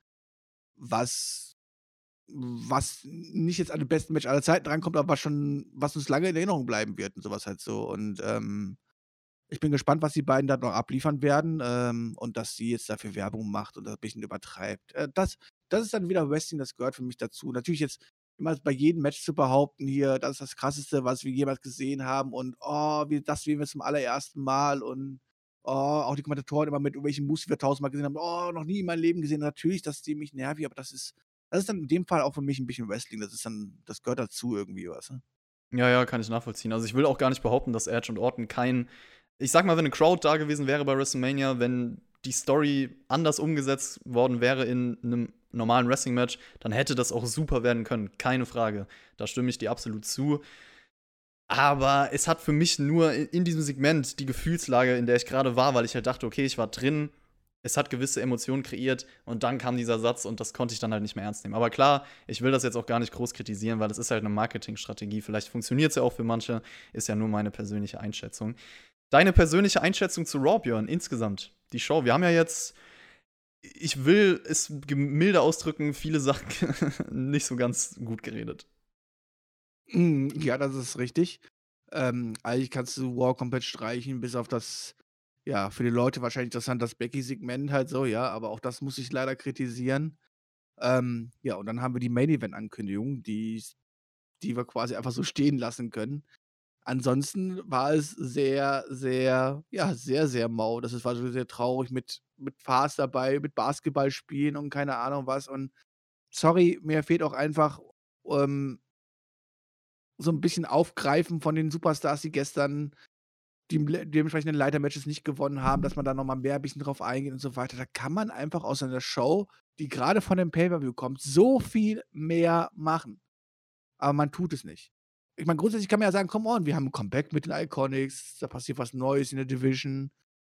[SPEAKER 3] Was was nicht jetzt an den besten Match aller Zeiten drankommt, aber was uns lange in Erinnerung bleiben wird und so was halt so. Und, ich bin gespannt, was die beiden da noch abliefern werden, und dass sie jetzt dafür Werbung macht und das bisschen übertreibt. Das ist dann wieder Wrestling, das gehört für mich dazu. Natürlich jetzt immer bei jedem Match zu behaupten hier, das ist das Krasseste, was wir jemals gesehen haben und, oh, das sehen wir zum allerersten Mal und, oh, auch die Kommentatoren immer mit irgendwelchen Moves, die wir tausendmal gesehen haben, oh, noch nie in meinem Leben gesehen. Natürlich, das ist ziemlich nervig, aber das ist dann in dem Fall auch für mich ein bisschen Wrestling. Das gehört dazu irgendwie, weißt du?
[SPEAKER 2] Ja, ja, kann ich nachvollziehen. Also, ich will auch gar nicht behaupten, dass Edge und Orton ich sag mal, wenn eine Crowd da gewesen wäre bei WrestleMania, wenn die Story anders umgesetzt worden wäre in einem normalen Wrestling-Match, dann hätte das auch super werden können. Keine Frage. Da stimme ich dir absolut zu. Aber es hat für mich nur in diesem Segment die Gefühlslage, in der ich gerade war, weil ich halt dachte, okay, ich war drin, es hat gewisse Emotionen kreiert und dann kam dieser Satz und das konnte ich dann halt nicht mehr ernst nehmen. Aber klar, ich will das jetzt auch gar nicht groß kritisieren, weil es ist halt eine Marketingstrategie. Vielleicht funktioniert es ja auch für manche, ist ja nur meine persönliche Einschätzung. Deine persönliche Einschätzung zu Raw, Björn, insgesamt, die Show. Wir haben ja jetzt, ich will es milde ausdrücken, viele Sachen nicht so ganz gut geredet.
[SPEAKER 3] Ja, das ist richtig. Eigentlich kannst du War komplett streichen, bis auf das, ja, für die Leute wahrscheinlich interessant, das Becky-Segment halt so, ja, aber auch das muss ich leider kritisieren. Ja, und dann haben wir die Main-Event-Ankündigung, die wir quasi einfach so stehen lassen können. Ansonsten war es sehr, sehr, ja, sehr, sehr mau. War so sehr traurig mit Farce dabei, mit Basketballspielen und keine Ahnung was. Und sorry, mir fehlt auch einfach ähm, so ein bisschen Aufgreifen von den Superstars, die gestern die dementsprechenden Leitermatches nicht gewonnen haben, dass man da noch mal mehr ein bisschen drauf eingeht und so weiter. Da kann man einfach aus einer Show, die gerade von dem Pay-Per-View kommt, so viel mehr machen. Aber man tut es nicht. Ich meine, grundsätzlich kann man ja sagen: „Come on, wir haben 'n Comeback mit den Iconics, da passiert was Neues in der Division.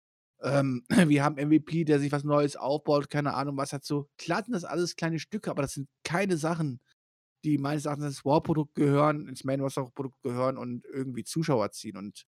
[SPEAKER 3] Wir haben MVP, der sich was Neues aufbaut, keine Ahnung was dazu." Klar sind das alles kleine Stücke, aber das sind keine Sachen, die meines Erachtens ins Raw-Produkt gehören, ins Main-Roster-Produkt gehören und irgendwie Zuschauer ziehen. Und,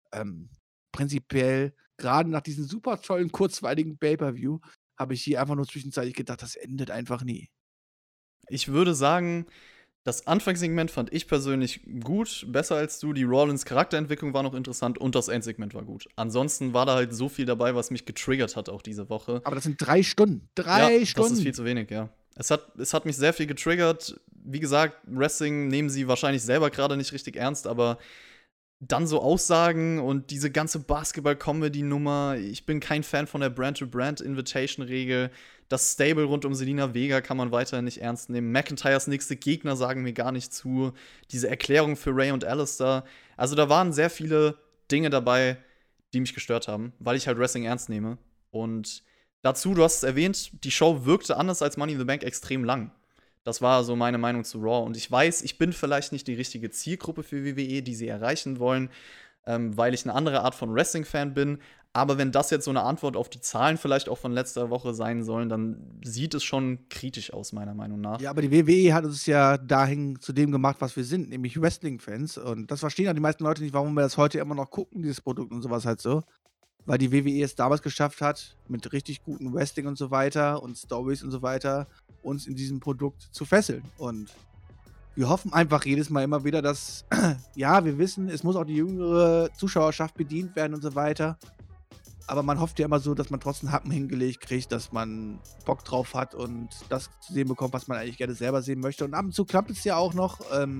[SPEAKER 3] prinzipiell, grade nach diesem super tollen, kurzweiligen Pay-Per-View, habe ich hier einfach nur zwischenzeitlich gedacht, das endet einfach nie.
[SPEAKER 2] Ich würde sagen, das Anfangssegment fand ich persönlich gut, besser als du. Die Rollins Charakterentwicklung war noch interessant und das Endsegment war gut. Ansonsten war da halt so viel dabei, was mich getriggert hat auch diese Woche.
[SPEAKER 3] Aber das sind 3 Stunden.
[SPEAKER 2] Ja,
[SPEAKER 3] 3
[SPEAKER 2] das
[SPEAKER 3] Stunden.
[SPEAKER 2] ist viel zu wenig, ja. Es hat mich sehr viel getriggert. Wie gesagt, Wrestling nehmen sie wahrscheinlich selber gerade nicht richtig ernst, aber dann so Aussagen und diese ganze Basketball-Comedy-Nummer. Ich bin kein Fan von der Brand-to-Brand-Invitation-Regel. Das Stable rund um Selina Vega kann man weiterhin nicht ernst nehmen. McIntyres nächste Gegner sagen mir gar nicht zu. Diese Erklärung für Ray und Alistair. Also da waren sehr viele Dinge dabei, die mich gestört haben, weil ich halt Wrestling ernst nehme. Und dazu, du hast es erwähnt, die Show wirkte anders als Money in the Bank extrem lang. Das war so meine Meinung zu Raw. Und ich weiß, ich bin vielleicht nicht die richtige Zielgruppe für WWE, die sie erreichen wollen, weil ich eine andere Art von Wrestling-Fan bin. Aber wenn das jetzt so eine Antwort auf die Zahlen vielleicht auch von letzter Woche sein sollen, dann sieht es schon kritisch aus, meiner Meinung nach.
[SPEAKER 3] Ja, aber die WWE hat uns ja dahin zu dem gemacht, was wir sind, nämlich Wrestling-Fans. Und das verstehen ja die meisten Leute nicht, warum wir das heute immer noch gucken, dieses Produkt und sowas halt so. Weil die WWE es damals geschafft hat, mit richtig guten Wrestling und so weiter und Stories und so weiter, uns in diesem Produkt zu fesseln. Und wir hoffen einfach jedes Mal immer wieder, dass, ja, wir wissen, es muss auch die jüngere Zuschauerschaft bedient werden und so weiter. Aber man hofft ja immer so, dass man trotzdem Happen hingelegt kriegt, dass man Bock drauf hat und das zu sehen bekommt, was man eigentlich gerne selber sehen möchte. Und ab und zu klappt es ja auch noch.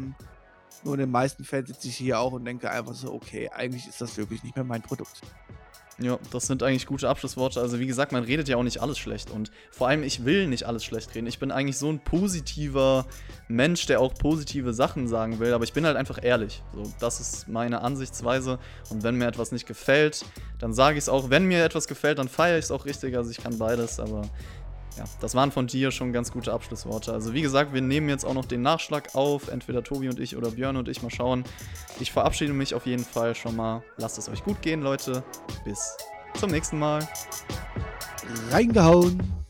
[SPEAKER 3] Nur in den meisten Fällen sitze ich hier auch und denke einfach so, okay, eigentlich ist das wirklich nicht mehr mein Produkt.
[SPEAKER 2] Ja, das sind eigentlich gute Abschlussworte. Also wie gesagt, man redet ja auch nicht alles schlecht. Und vor allem, ich will nicht alles schlecht reden. Ich bin eigentlich so ein positiver Mensch, der auch positive Sachen sagen will. Aber ich bin halt einfach ehrlich. So, das ist meine Ansichtsweise. Und wenn mir etwas nicht gefällt, dann sage ich es auch. Wenn mir etwas gefällt, dann feiere ich es auch richtig. Also ich kann beides, aber ja, das waren von dir schon ganz gute Abschlussworte. Also wie gesagt, wir nehmen jetzt auch noch den Nachschlag auf. Entweder Tobi und ich oder Björn und ich. Mal schauen. Ich verabschiede mich auf jeden Fall schon mal. Lasst es euch gut gehen, Leute. Bis zum nächsten Mal.
[SPEAKER 3] Reingehauen!